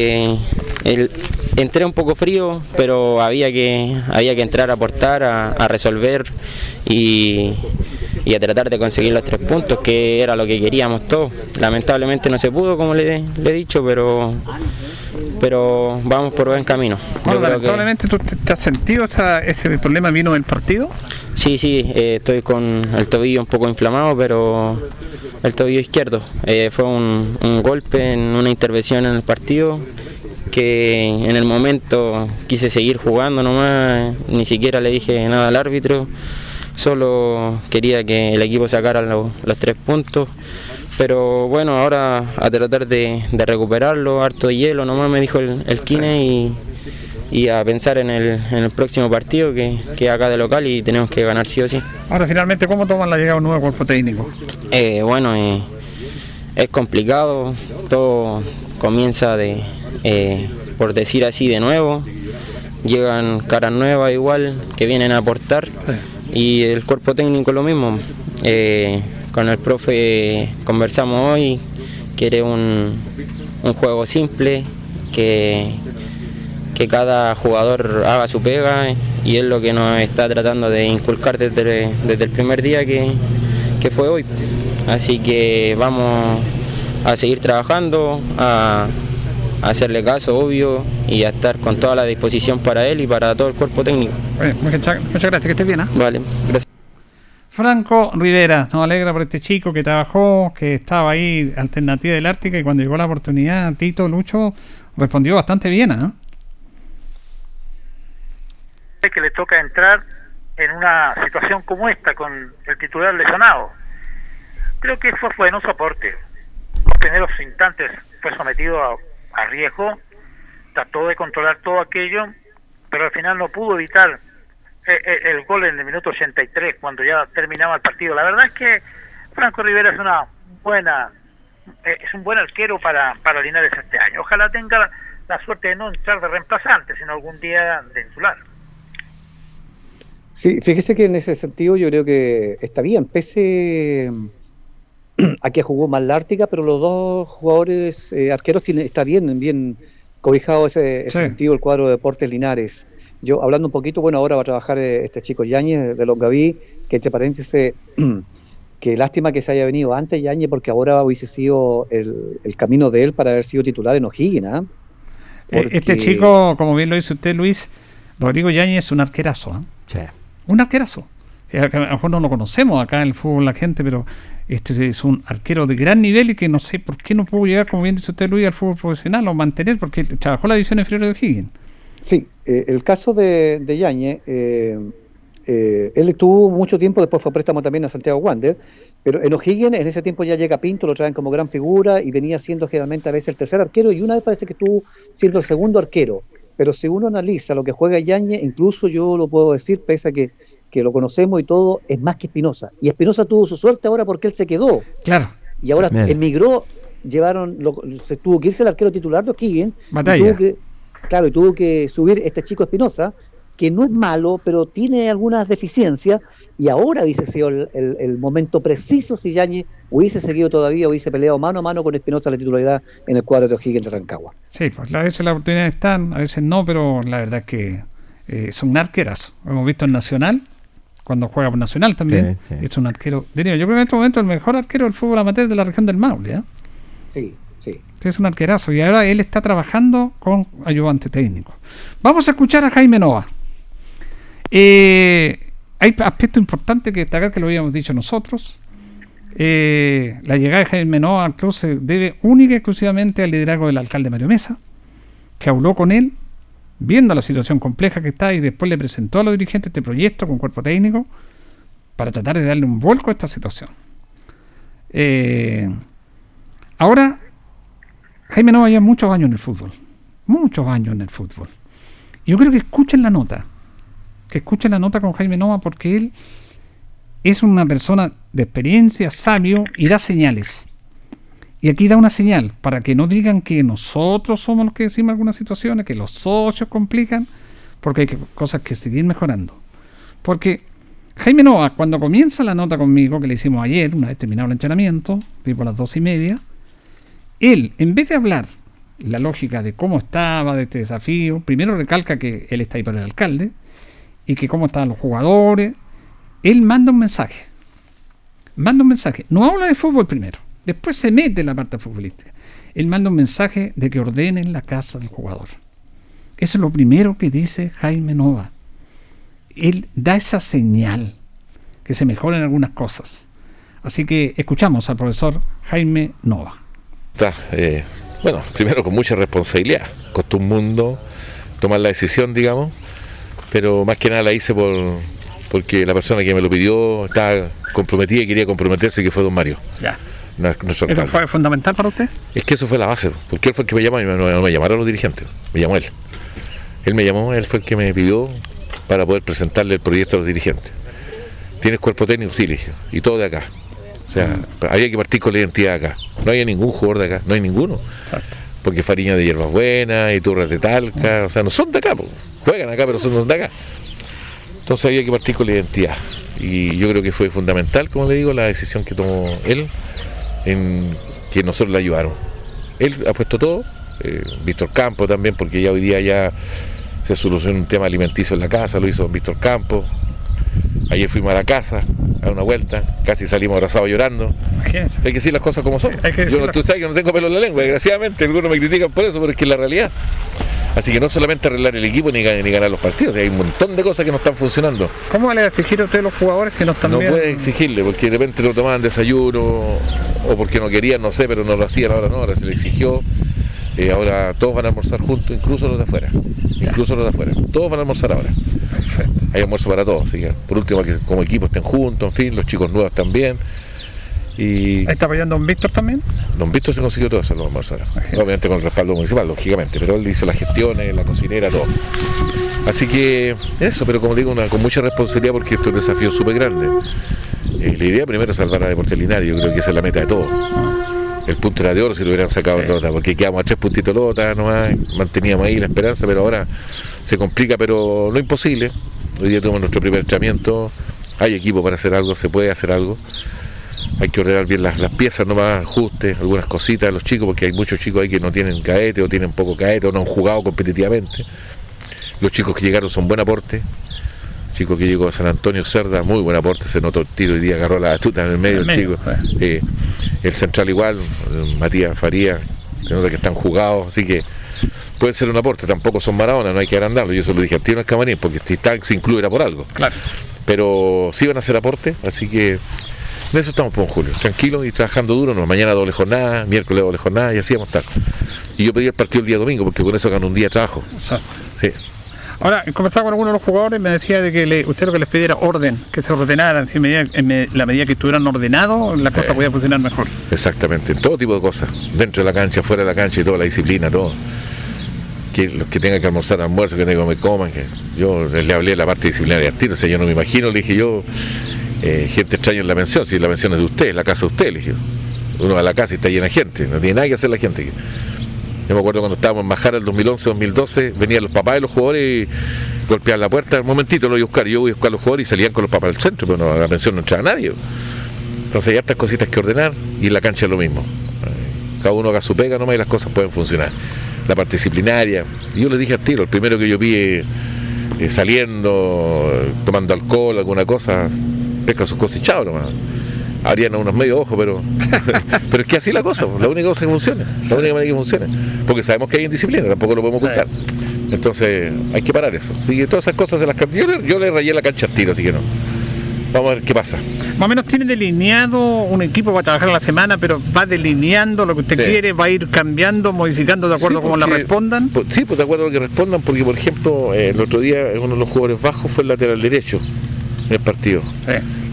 entré un poco frío, pero había que entrar a aportar, a resolver y a tratar de conseguir los 3 puntos, que era lo que queríamos todos. Lamentablemente no se pudo, como le he dicho, pero vamos por buen camino. Bueno, lamentablemente ¿tú te has sentido ese problema vino del partido? Sí, estoy con el tobillo un poco inflamado, pero el tobillo izquierdo. Fue un golpe en una intervención en el partido que en el momento quise seguir jugando nomás, ni siquiera le dije nada al árbitro, solo quería que el equipo sacara los 3 puntos. Pero bueno, ahora a tratar de recuperarlo, harto de hielo nomás me dijo el Kine y a pensar en el próximo partido que es acá de local y tenemos que ganar sí o sí. Ahora finalmente, ¿cómo toman la llegada de un nuevo cuerpo técnico? Bueno, es complicado, todo comienza por decir así de nuevo, llegan caras nuevas igual que vienen a aportar y el cuerpo técnico lo mismo. Con el profe conversamos hoy, quiere un juego simple, que cada jugador haga su pega y es lo que nos está tratando de inculcar desde el primer día que fue hoy. Así que vamos a seguir trabajando, a hacerle caso, obvio, y a estar con toda la disposición para él y para todo el cuerpo técnico. Bueno, muchas gracias, que estés bien. Vale, gracias. Franco Rivera, nos alegra por este chico que trabajó, que estaba ahí, alternativa del Ártica, y cuando llegó la oportunidad, Tito Lucho respondió bastante bien. Que le toca entrar en una situación como esta, con el titular lesionado. Creo que eso fue bueno su aporte. Los primeros instantes fue sometido a riesgo, trató de controlar todo aquello, pero al final no pudo evitar el gol en el minuto 83 cuando ya terminaba el partido. La verdad es que Franco Rivera es un buen arquero para Linares este año. Ojalá tenga la suerte de no entrar de reemplazante, sino algún día de titular. Sí, fíjese que en ese sentido yo creo que está bien, pese a que jugó mal la Ártica, pero los dos jugadores arqueros está bien cobijado ese sentido el cuadro de Deportes Linares. Yo, hablando un poquito, bueno, ahora va a trabajar este chico Yáñez de Longaví, que entre paréntesis, que lástima que se haya venido antes Yáñez, porque ahora hubiese sido el camino de él para haber sido titular en O'Higgins. Porque... Este chico, como bien lo dice usted, Luis, Rodrigo Yáñez es un arquerazo. Sí. Un arquerazo. A lo mejor no lo conocemos acá en el fútbol la gente, pero este es un arquero de gran nivel y que no sé por qué no pudo llegar, como bien dice usted, Luis, al fútbol profesional o mantener, porque trabajó la división inferior de O'Higgins. Sí, el caso de Yáñez, él estuvo mucho tiempo, después fue a préstamo también a Santiago Wander, pero en O'Higgins en ese tiempo ya llega Pinto, lo traen como gran figura y venía siendo generalmente a veces el tercer arquero y una vez parece que estuvo siendo el segundo arquero. Pero si uno analiza lo que juega Yáñez, incluso yo lo puedo decir, pese a que lo conocemos y todo, es más que Espinosa. Y Espinosa tuvo su suerte ahora porque él se quedó. Claro. Y ahora emigró, se tuvo que irse el arquero titular de O'Higgins. Y tuvo que subir este chico Espinosa, que no es malo, pero tiene algunas deficiencias, y ahora hubiese sido el momento preciso si Yáñez hubiese seguido todavía, hubiese peleado mano a mano con Espinosa la titularidad en el cuadro de O'Higgins de Rancagua. Sí, pues a veces las oportunidades están, a veces no, pero la verdad es que son arqueras. Lo hemos visto en Nacional, cuando juega por Nacional también, es un arquero, diría yo creo que en este momento el mejor arquero del fútbol amateur de la región del Maule, ¿eh? Sí. Es un arquerazo y ahora él está trabajando con ayudante técnico. Vamos a escuchar a Jaime Nova. Hay aspectos importantes que destacar, que lo habíamos dicho nosotros. La llegada de Jaime Nova al club se debe única y exclusivamente al liderazgo del alcalde Mario Mesa, que habló con él viendo la situación compleja que está y después le presentó a los dirigentes este proyecto con cuerpo técnico para tratar de darle un vuelco a esta situación. Ahora Jaime Nova lleva muchos años en el fútbol. Y yo creo que escuchen la nota con Jaime Nova, porque él es una persona de experiencia, sabio y da señales. Y aquí da una señal para que no digan que nosotros somos los que decimos algunas situaciones, que los socios complican, porque hay cosas que seguir mejorando. Porque Jaime Nova, cuando comienza la nota conmigo, que le hicimos ayer, una vez terminado el entrenamiento, tipo a las 2:30, él, en vez de hablar la lógica de cómo estaba, de este desafío, primero recalca que él está ahí para el alcalde y que cómo estaban los jugadores. Él manda un mensaje, no habla de fútbol primero, después se mete en la parte futbolística. Él manda un mensaje de que ordenen la casa del jugador. Eso es lo primero que dice Jaime Nova. Él da esa señal que se mejoran algunas cosas. Así que escuchamos al profesor Jaime Nova. Bueno, primero con mucha responsabilidad, costó un mundo tomar la decisión, digamos, pero más que nada la hice porque la persona que me lo pidió estaba comprometida y quería comprometerse, que fue don Mario. Ya. ¿Eso fue fundamental para usted? Es que eso fue la base, porque él fue el que me llamó, no me llamaron los dirigentes, me llamó él. Él me llamó, él fue el que me pidió para poder presentarle el proyecto a los dirigentes. ¿Tienes cuerpo técnico? Sí, le dije, y todo de acá. O sea, había que partir con la identidad acá. No había ningún jugador de acá, no hay ninguno. Exacto. Porque Fariña de Hierbas Buenas y Turres de Talca, o sea, no son de acá, juegan acá, pero son de acá. Entonces había que partir con la identidad. Y yo creo que fue fundamental, como le digo, la decisión que tomó él, en que nosotros le ayudaron. Él ha puesto todo, Víctor Campo también, porque ya hoy día ya se solucionó un tema alimenticio en la casa, lo hizo Víctor Campo. Ayer fuimos a la casa, a una vuelta, casi salimos abrazados llorando. Imagínense. Hay que decir las cosas como son. Tú sabes que no tengo pelo en la lengua, desgraciadamente, algunos me critican por eso, pero es que es la realidad. Así que no solamente arreglar el equipo ni ganar los partidos, hay un montón de cosas que no están funcionando. ¿Cómo le exigir a usted a los jugadores que no están bien? No puede exigirle, porque de repente no tomaban desayuno, o porque no querían, no sé, pero no lo hacían, ahora se le exigió. Ahora todos van a almorzar juntos, incluso los de afuera. Todos van a almorzar ahora. Perfecto. Hay almuerzo para todos, así que por último que como equipo estén juntos, en fin, los chicos nuevos también. Y ¿está apoyando don Víctor también? Don Víctor se consiguió todo eso, los almorzar. Obviamente con el respaldo municipal, lógicamente, pero él hizo las gestiones, la cocinera, todo. Así que eso, pero como digo, con mucha responsabilidad, porque esto es un desafío súper grande. La idea primero es salvar a Deportes Linares, yo creo que esa es la meta de todos. El punto era de oro si lo hubieran sacado en Lota, porque quedamos a 3 puntitos Lota nomás, manteníamos ahí la esperanza, pero ahora se complica, pero no imposible. Hoy día tuvimos nuestro primer entrenamiento, hay equipo para hacer algo, se puede hacer algo. Hay que ordenar bien las piezas, nomás ajustes, algunas cositas a los chicos, porque hay muchos chicos ahí que no tienen caete o tienen poco caete o no han jugado competitivamente. Los chicos que llegaron son buen aporte. Chico que llegó a San Antonio Cerda, muy buen aporte, se notó el tiro hoy día, agarró la batuta en el medio, el chico. El central igual, Matías Faría, se nota que están jugados, así que puede ser un aporte, tampoco son Maradona, no hay que agrandarlo, yo se lo dije al tiro en el camarín, porque si se incluye era por algo. Claro. pero sí van a hacer aporte, así que en eso estamos, pues, Julio, tranquilos y trabajando duro. No, mañana doble jornada, miércoles doble jornada y así vamos a estar. Y yo pedí el partido el día domingo porque con eso gano un día de trabajo. Exacto. Sí. Ahora, conversaba con algunos de los jugadores, me decía de que usted lo que les pidiera orden, que se ordenaran, si la medida que estuvieran ordenados, la cosa podía funcionar mejor. Exactamente, en todo tipo de cosas, dentro de la cancha, fuera de la cancha y toda la disciplina, todo. Que los que tengan que almorzar, almuerzo, que tengan que coman, que yo le hablé de la parte disciplinaria al tiro, o sea, yo no me imagino, le dije yo, gente extraña en la pensión, si la pensión es de usted, es la casa de usted, le dije. Uno va a la casa y está llena de gente, no tiene nada que hacer la gente. Yo me acuerdo cuando estábamos en Majara el 2011-2012, venían los papás de los jugadores y golpeaban la puerta, un momentito lo voy a buscar, yo voy a buscar a los jugadores y salían con los papás del centro, pero no, a la pensión no entraba nadie. Entonces hay hartas cositas que ordenar y en la cancha es lo mismo. Cada uno haga su pega nomás y las cosas pueden funcionar. La parte disciplinaria, y yo les dije al tiro, el primero que yo vi saliendo, tomando alcohol, alguna cosa, pesca sus cosas y chao nomás. Habrían unos medio ojos, pero es que así la cosa, la única cosa que funciona, la única manera que funciona, porque sabemos que hay indisciplina, tampoco lo podemos ocultar. Entonces hay que parar eso. Así que todas esas cosas se las yo le rayé la cancha al tiro, así que no. Vamos a ver qué pasa. Más o menos tiene delineado un equipo para trabajar a la semana, pero va delineando lo que usted quiere, va a ir cambiando, modificando de acuerdo a cómo la respondan. Sí, pues de acuerdo a lo que respondan, porque por ejemplo, el otro día uno de los jugadores bajos fue el lateral derecho en el partido. Sí.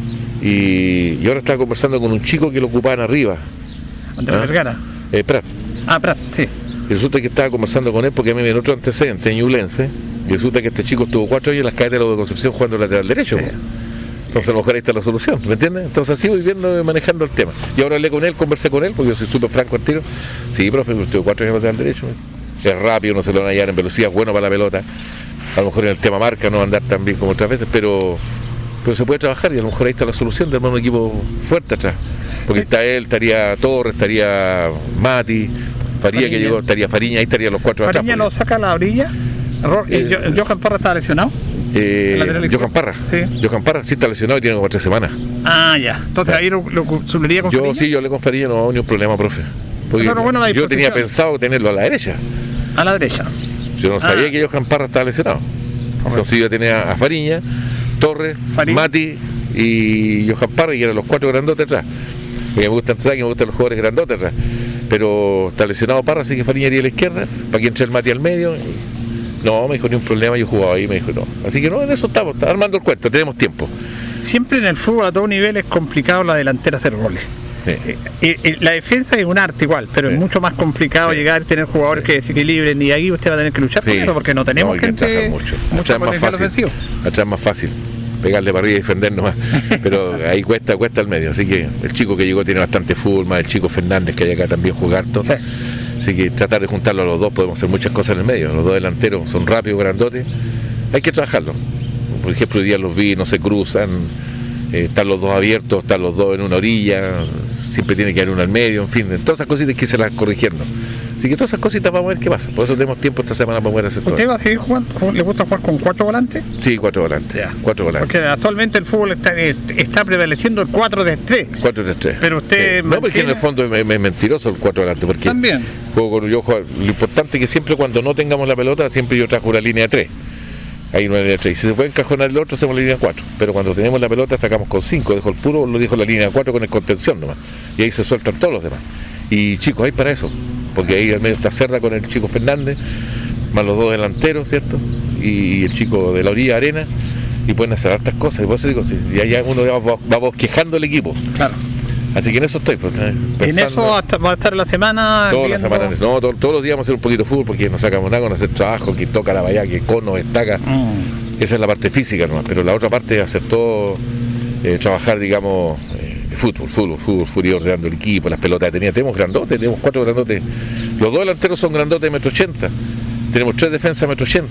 Y ahora estaba conversando con un chico que lo ocupaban arriba. ¿Andrés Vergara? Prat. Ah, Prat, sí. Y resulta que estaba conversando con él porque a mí me dio otro antecedente en Ñublense. Y resulta que este chico estuvo 4 años en las cadetes de Concepción jugando lateral derecho. Sí. Entonces a lo mejor ahí está la solución, ¿me entiendes? Entonces así voy viendo, manejando el tema. Y ahora hablé con él, conversé con él, porque yo soy súper franco al tiro. Sí, profe, estuve 4 años en lateral derecho. Es rápido, no se lo van a hallar en velocidad, bueno para la pelota. A lo mejor en el tema marca no va a andar tan bien como otras veces, pero se puede trabajar y a lo mejor ahí está la solución de armar un equipo fuerte atrás. Porque está él, estaría Torres, estaría Mati, Faría que llegó, estaría Fariña, ahí estarían los 4 atrás. ¿Fariña lo saca a la orilla? ¿Johan Parra está lesionado? Johan Parra. Sí. Johan Parra sí está lesionado y tiene como 3 semanas. Ah, ya. Entonces ahí lo subiría con Fariña. Sí, yo le con Fariña no hago ningún problema, profe. Porque yo tenía pensado tenerlo a la derecha. ¿A la derecha? Yo no sabía que Johan Parra estaba lesionado. Entonces yo tenía a Fariña, Torres, Mati y Johan Parra, y eran los 4 grandotes atrás. Porque me gustan los jugadores grandotes atrás. Pero está lesionado Parra, así que Fariña iría a la izquierda, para que entre el Mati al medio. No, me dijo, ni un problema, yo jugaba ahí, me dijo, no. Así que no, en eso estamos, está armando el cuento, tenemos tiempo. Siempre en el fútbol a todo nivel es complicado la delantera hacer goles. Sí. La defensa es un arte igual, pero es mucho más complicado llegar y tener jugadores que desequilibren, y ahí usted va a tener que luchar por eso, porque no tenemos gente mucho potencial ofensivo. Atrás es más fácil, pegarle para arriba y defender nomás, pero ahí cuesta el medio, así que el chico que llegó tiene bastante fútbol, más el chico Fernández que hay acá también jugar todo. Sí. Así que tratar de juntarlo a los dos, podemos hacer muchas cosas en el medio. Los dos delanteros son rápidos, grandotes, hay que trabajarlo. Por ejemplo, hoy día los vi, no se cruzan, están los dos abiertos, están los dos en una orilla, siempre tiene que haber uno al medio, en fin, todas esas cositas hay que se las corrigiendo. Así que todas esas cositas vamos a ver qué pasa. Por eso tenemos tiempo esta semana para poder hacer todo. ¿Usted va a seguir jugando? ¿Le gusta jugar con 4 volantes? Sí, 4 volantes. Ya. 4 volantes. Porque actualmente el fútbol está prevaleciendo el 4-3-3. 4-3-3. Pero usted no, porque en el fondo es mentiroso el 4 volantes. Porque también. Lo importante es que siempre cuando no tengamos la pelota, siempre yo trajo una línea de 3. Hay una línea de 3. Y si se puede encajonar el otro, hacemos la línea de 4. Pero cuando tenemos la pelota, atacamos con 5. Dejo el puro, lo dejo la línea de 4 con el contención nomás. Y ahí se sueltan todos los demás. Y chicos, hay para eso. Porque ahí al medio está Cerda con el chico Fernández, más los dos delanteros, ¿cierto? Y el chico de la orilla Arena, y pueden hacer hartas cosas. Y por eso digo, ya uno va bosquejando el equipo. Claro. Así que en eso estoy, pues, pensando. ¿En eso va a estar la semana? Toda la semana. No, todos los días vamos a hacer un poquito de fútbol porque no sacamos nada con hacer trabajo, que toca la valla, que cono, estaca. Esa es la parte física nomás, pero la otra parte es hacer todo, trabajar, digamos, fútbol, ir ordenando el equipo, las pelotas que tenemos grandotes, tenemos 4 grandotes. Los 2 delanteros son grandotes de 1,80 m. Tenemos 3 defensas de 1,80 m.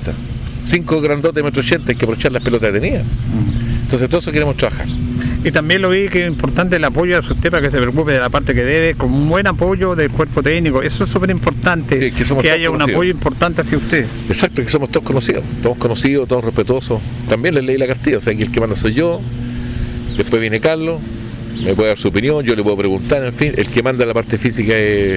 5 grandotes de 1,80 m, hay que aprovechar las pelotas que tenía. Entonces todo eso queremos trabajar. Y también lo vi que es importante el apoyo de usted para que se preocupe de la parte que debe, con un buen apoyo del cuerpo técnico. Eso es súper importante, sí, que haya un apoyo importante hacia usted. Exacto, que somos todos conocidos, todos respetuosos. También les leí la cartilla, o sea que el que manda soy yo, después viene Carlos, me puede dar su opinión, yo le puedo preguntar, en fin, el que manda la parte física es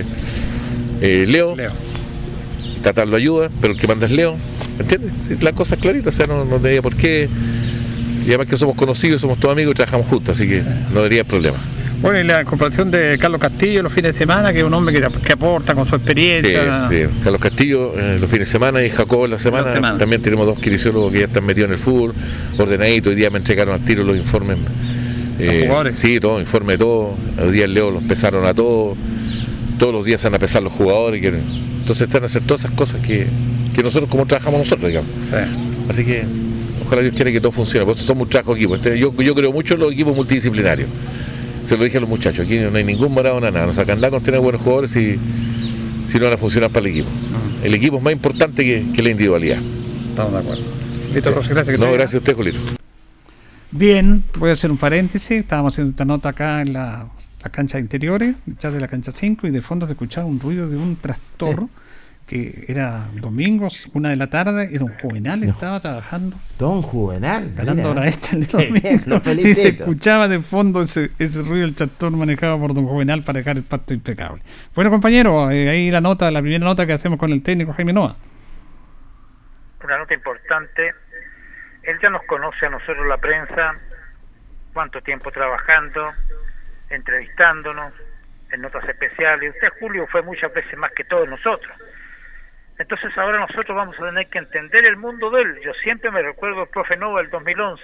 Leo. Tatar lo ayuda, pero el que manda es Leo, ¿entiendes? Sí, la cosa es clarita, o sea, no tenía por qué Y además que somos conocidos, somos todos amigos y trabajamos juntos, así que no debería haber problema. Bueno, y la comparación de Carlos Castillo los fines de semana, que es un hombre que aporta con su experiencia. Sí. Carlos Castillo los fines de semana y Jacobo en la semana. También tenemos dos kinesiólogos que ya están metidos en el fútbol, ordenaditos. Hoy día me entregaron al tiro los informes. ¿Los jugadores? Sí, todo, informe de todo. Hoy día el Leo los pesaron a todos. Todos los días se van a pesar los jugadores. Entonces están a hacer todas esas cosas que nosotros, como trabajamos nosotros, digamos. Sí. Así que ojalá Dios quiera que todo funcione. Por eso somos un trabajo de equipo. Yo creo mucho en los equipos multidisciplinarios. Se lo dije a los muchachos, aquí no hay ningún morado, nada. No sacan nada con tener buenos jugadores si no van a funcionar para el equipo. El equipo es más importante que la individualidad. Estamos de acuerdo. Listo, Rosy, gracias. Gracias a usted, Julito. Bien, voy a hacer un paréntesis. Estábamos haciendo esta nota acá en la cancha interiores, ya de la cancha 5, y de fondo se escuchaba un ruido de un tractor que era domingos, 1 de la tarde, y don Juvenal estaba trabajando. Don Juvenal, ganando hora extra el domingo. Y se escuchaba de fondo ese ruido del tractor manejado por don Juvenal para dejar el pasto impecable. Bueno, compañero, ahí la primera nota que hacemos con el técnico Jaime Noa. Una nota importante. Él ya nos conoce a nosotros, la prensa, cuánto tiempo trabajando, entrevistándonos en notas especiales. Usted, Julio, fue muchas veces más que todos nosotros. Entonces ahora nosotros vamos a tener que entender el mundo de él. Yo siempre me recuerdo el profe Nova del 2011.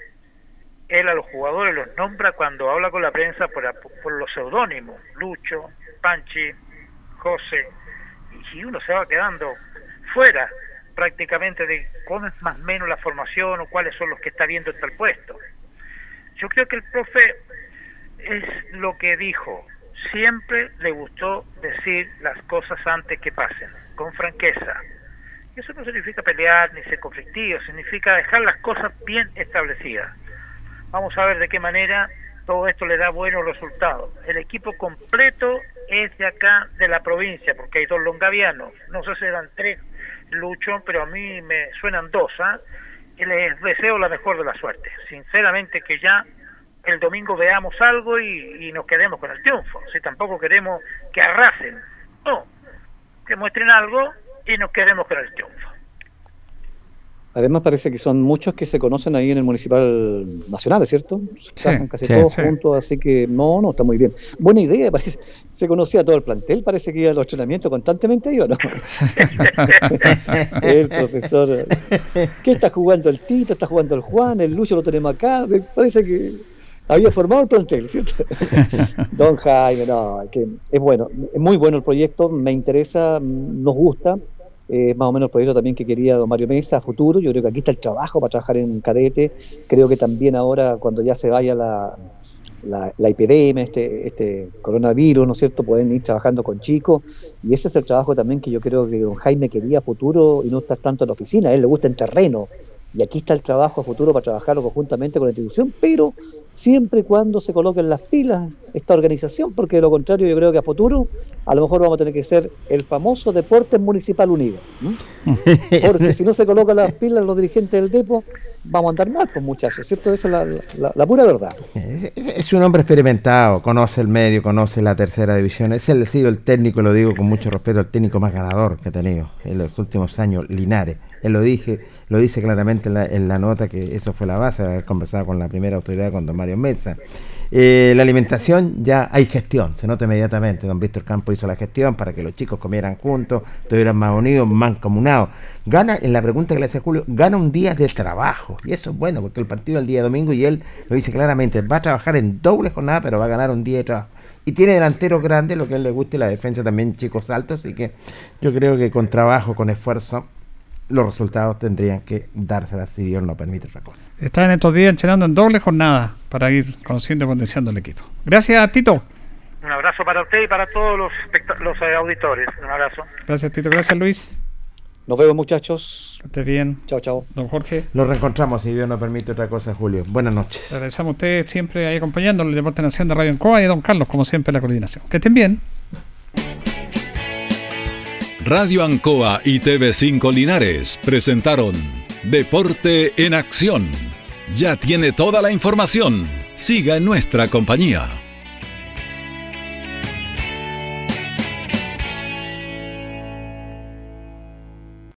Él a los jugadores los nombra cuando habla con la prensa por los seudónimos, Lucho, Panchi, José, y uno se va quedando fuera prácticamente de cómo es más o menos la formación o cuáles son los que está viendo en tal puesto. Yo creo que el profe es lo que dijo, siempre le gustó decir las cosas antes que pasen, con franqueza. Y eso no significa pelear ni ser conflictivo, significa dejar las cosas bien establecidas. Vamos a ver de qué manera todo esto le da buenos resultados. El equipo completo es de acá, de la provincia, porque hay 2 longavianos, no sé si eran 3, Lucho, pero a mí me suenan 2, y les deseo la mejor de la suerte. Sinceramente, que ya el domingo veamos algo y nos quedemos con el triunfo. Si tampoco queremos que arrasen, no, que muestren algo y nos quedemos con el triunfo. Además parece que son muchos que se conocen ahí en el Municipal Nacional, ¿cierto? Están casi todos juntos, así que no, está muy bien. Buena idea, parece. Se conocía todo el plantel, parece que iba a los entrenamientos constantemente, ¿o no? El profesor. ¿Qué está jugando el Tito? ¿Está jugando el Juan? El Lucho lo tenemos acá. Me parece que había formado el plantel, ¿cierto? Don Jaime, no, que es bueno, es muy bueno el proyecto, me interesa, nos gusta. Más o menos el proyecto también que quería don Mario Mesa a futuro. Yo creo que aquí está el trabajo para trabajar en cadete. Creo que también ahora, cuando ya se vaya la epidemia, este coronavirus, ¿no es cierto?, pueden ir trabajando con chicos, y ese es el trabajo también que yo creo que don Jaime quería a futuro, y no estar tanto en la oficina. A él le gusta en terreno, y aquí está el trabajo a futuro para trabajarlo conjuntamente con la institución, pero siempre y cuando se coloquen las pilas esta organización, porque de lo contrario yo creo que a futuro a lo mejor vamos a tener que ser el famoso Deportes Municipal Unido, porque si no se colocan las pilas los dirigentes del Depo, vamos a andar mal, pues, muchachos, ¿cierto? Esa es la pura verdad. Es un hombre experimentado, conoce el medio, conoce la tercera división, es el sido el técnico, lo digo con mucho respeto, el técnico más ganador que ha tenido en los últimos años, Linares. Él lo dice claramente en la nota, que eso fue la base de haber conversado con la primera autoridad, con don Mario Mesa. La alimentación, ya hay gestión, se nota inmediatamente. Don Víctor Campo hizo la gestión para que los chicos comieran juntos, estuvieran más unidos, mancomunados. Gana, en la pregunta que le hace Julio, gana un día de trabajo, y eso es bueno, porque el partido es el día domingo, y él lo dice claramente, va a trabajar en doble jornada, pero va a ganar un día de trabajo. Y tiene delanteros grandes, lo que a él le gusta, y la defensa también, chicos altos, así que yo creo que con trabajo, con esfuerzo, los resultados tendrían que dárselas si Dios no permite otra cosa. Están estos días entrenando en doble jornada para ir conociendo y potenciando el equipo. Gracias, Tito. Un abrazo para usted y para todos los auditores. Un abrazo. Gracias, Tito. Gracias, Luis. Nos vemos, muchachos. Estés bien. Chao. Don Jorge. Nos reencontramos, si Dios no permite otra cosa, Julio. Buenas noches. Le agradecemos a usted siempre ahí acompañando el Deporte Nación de Radio Ancoa, y a don Carlos, como siempre, la coordinación. Que estén bien. Radio Ancoa y TV5 Linares presentaron Deporte en Acción. Ya tiene toda la información. Siga en nuestra compañía.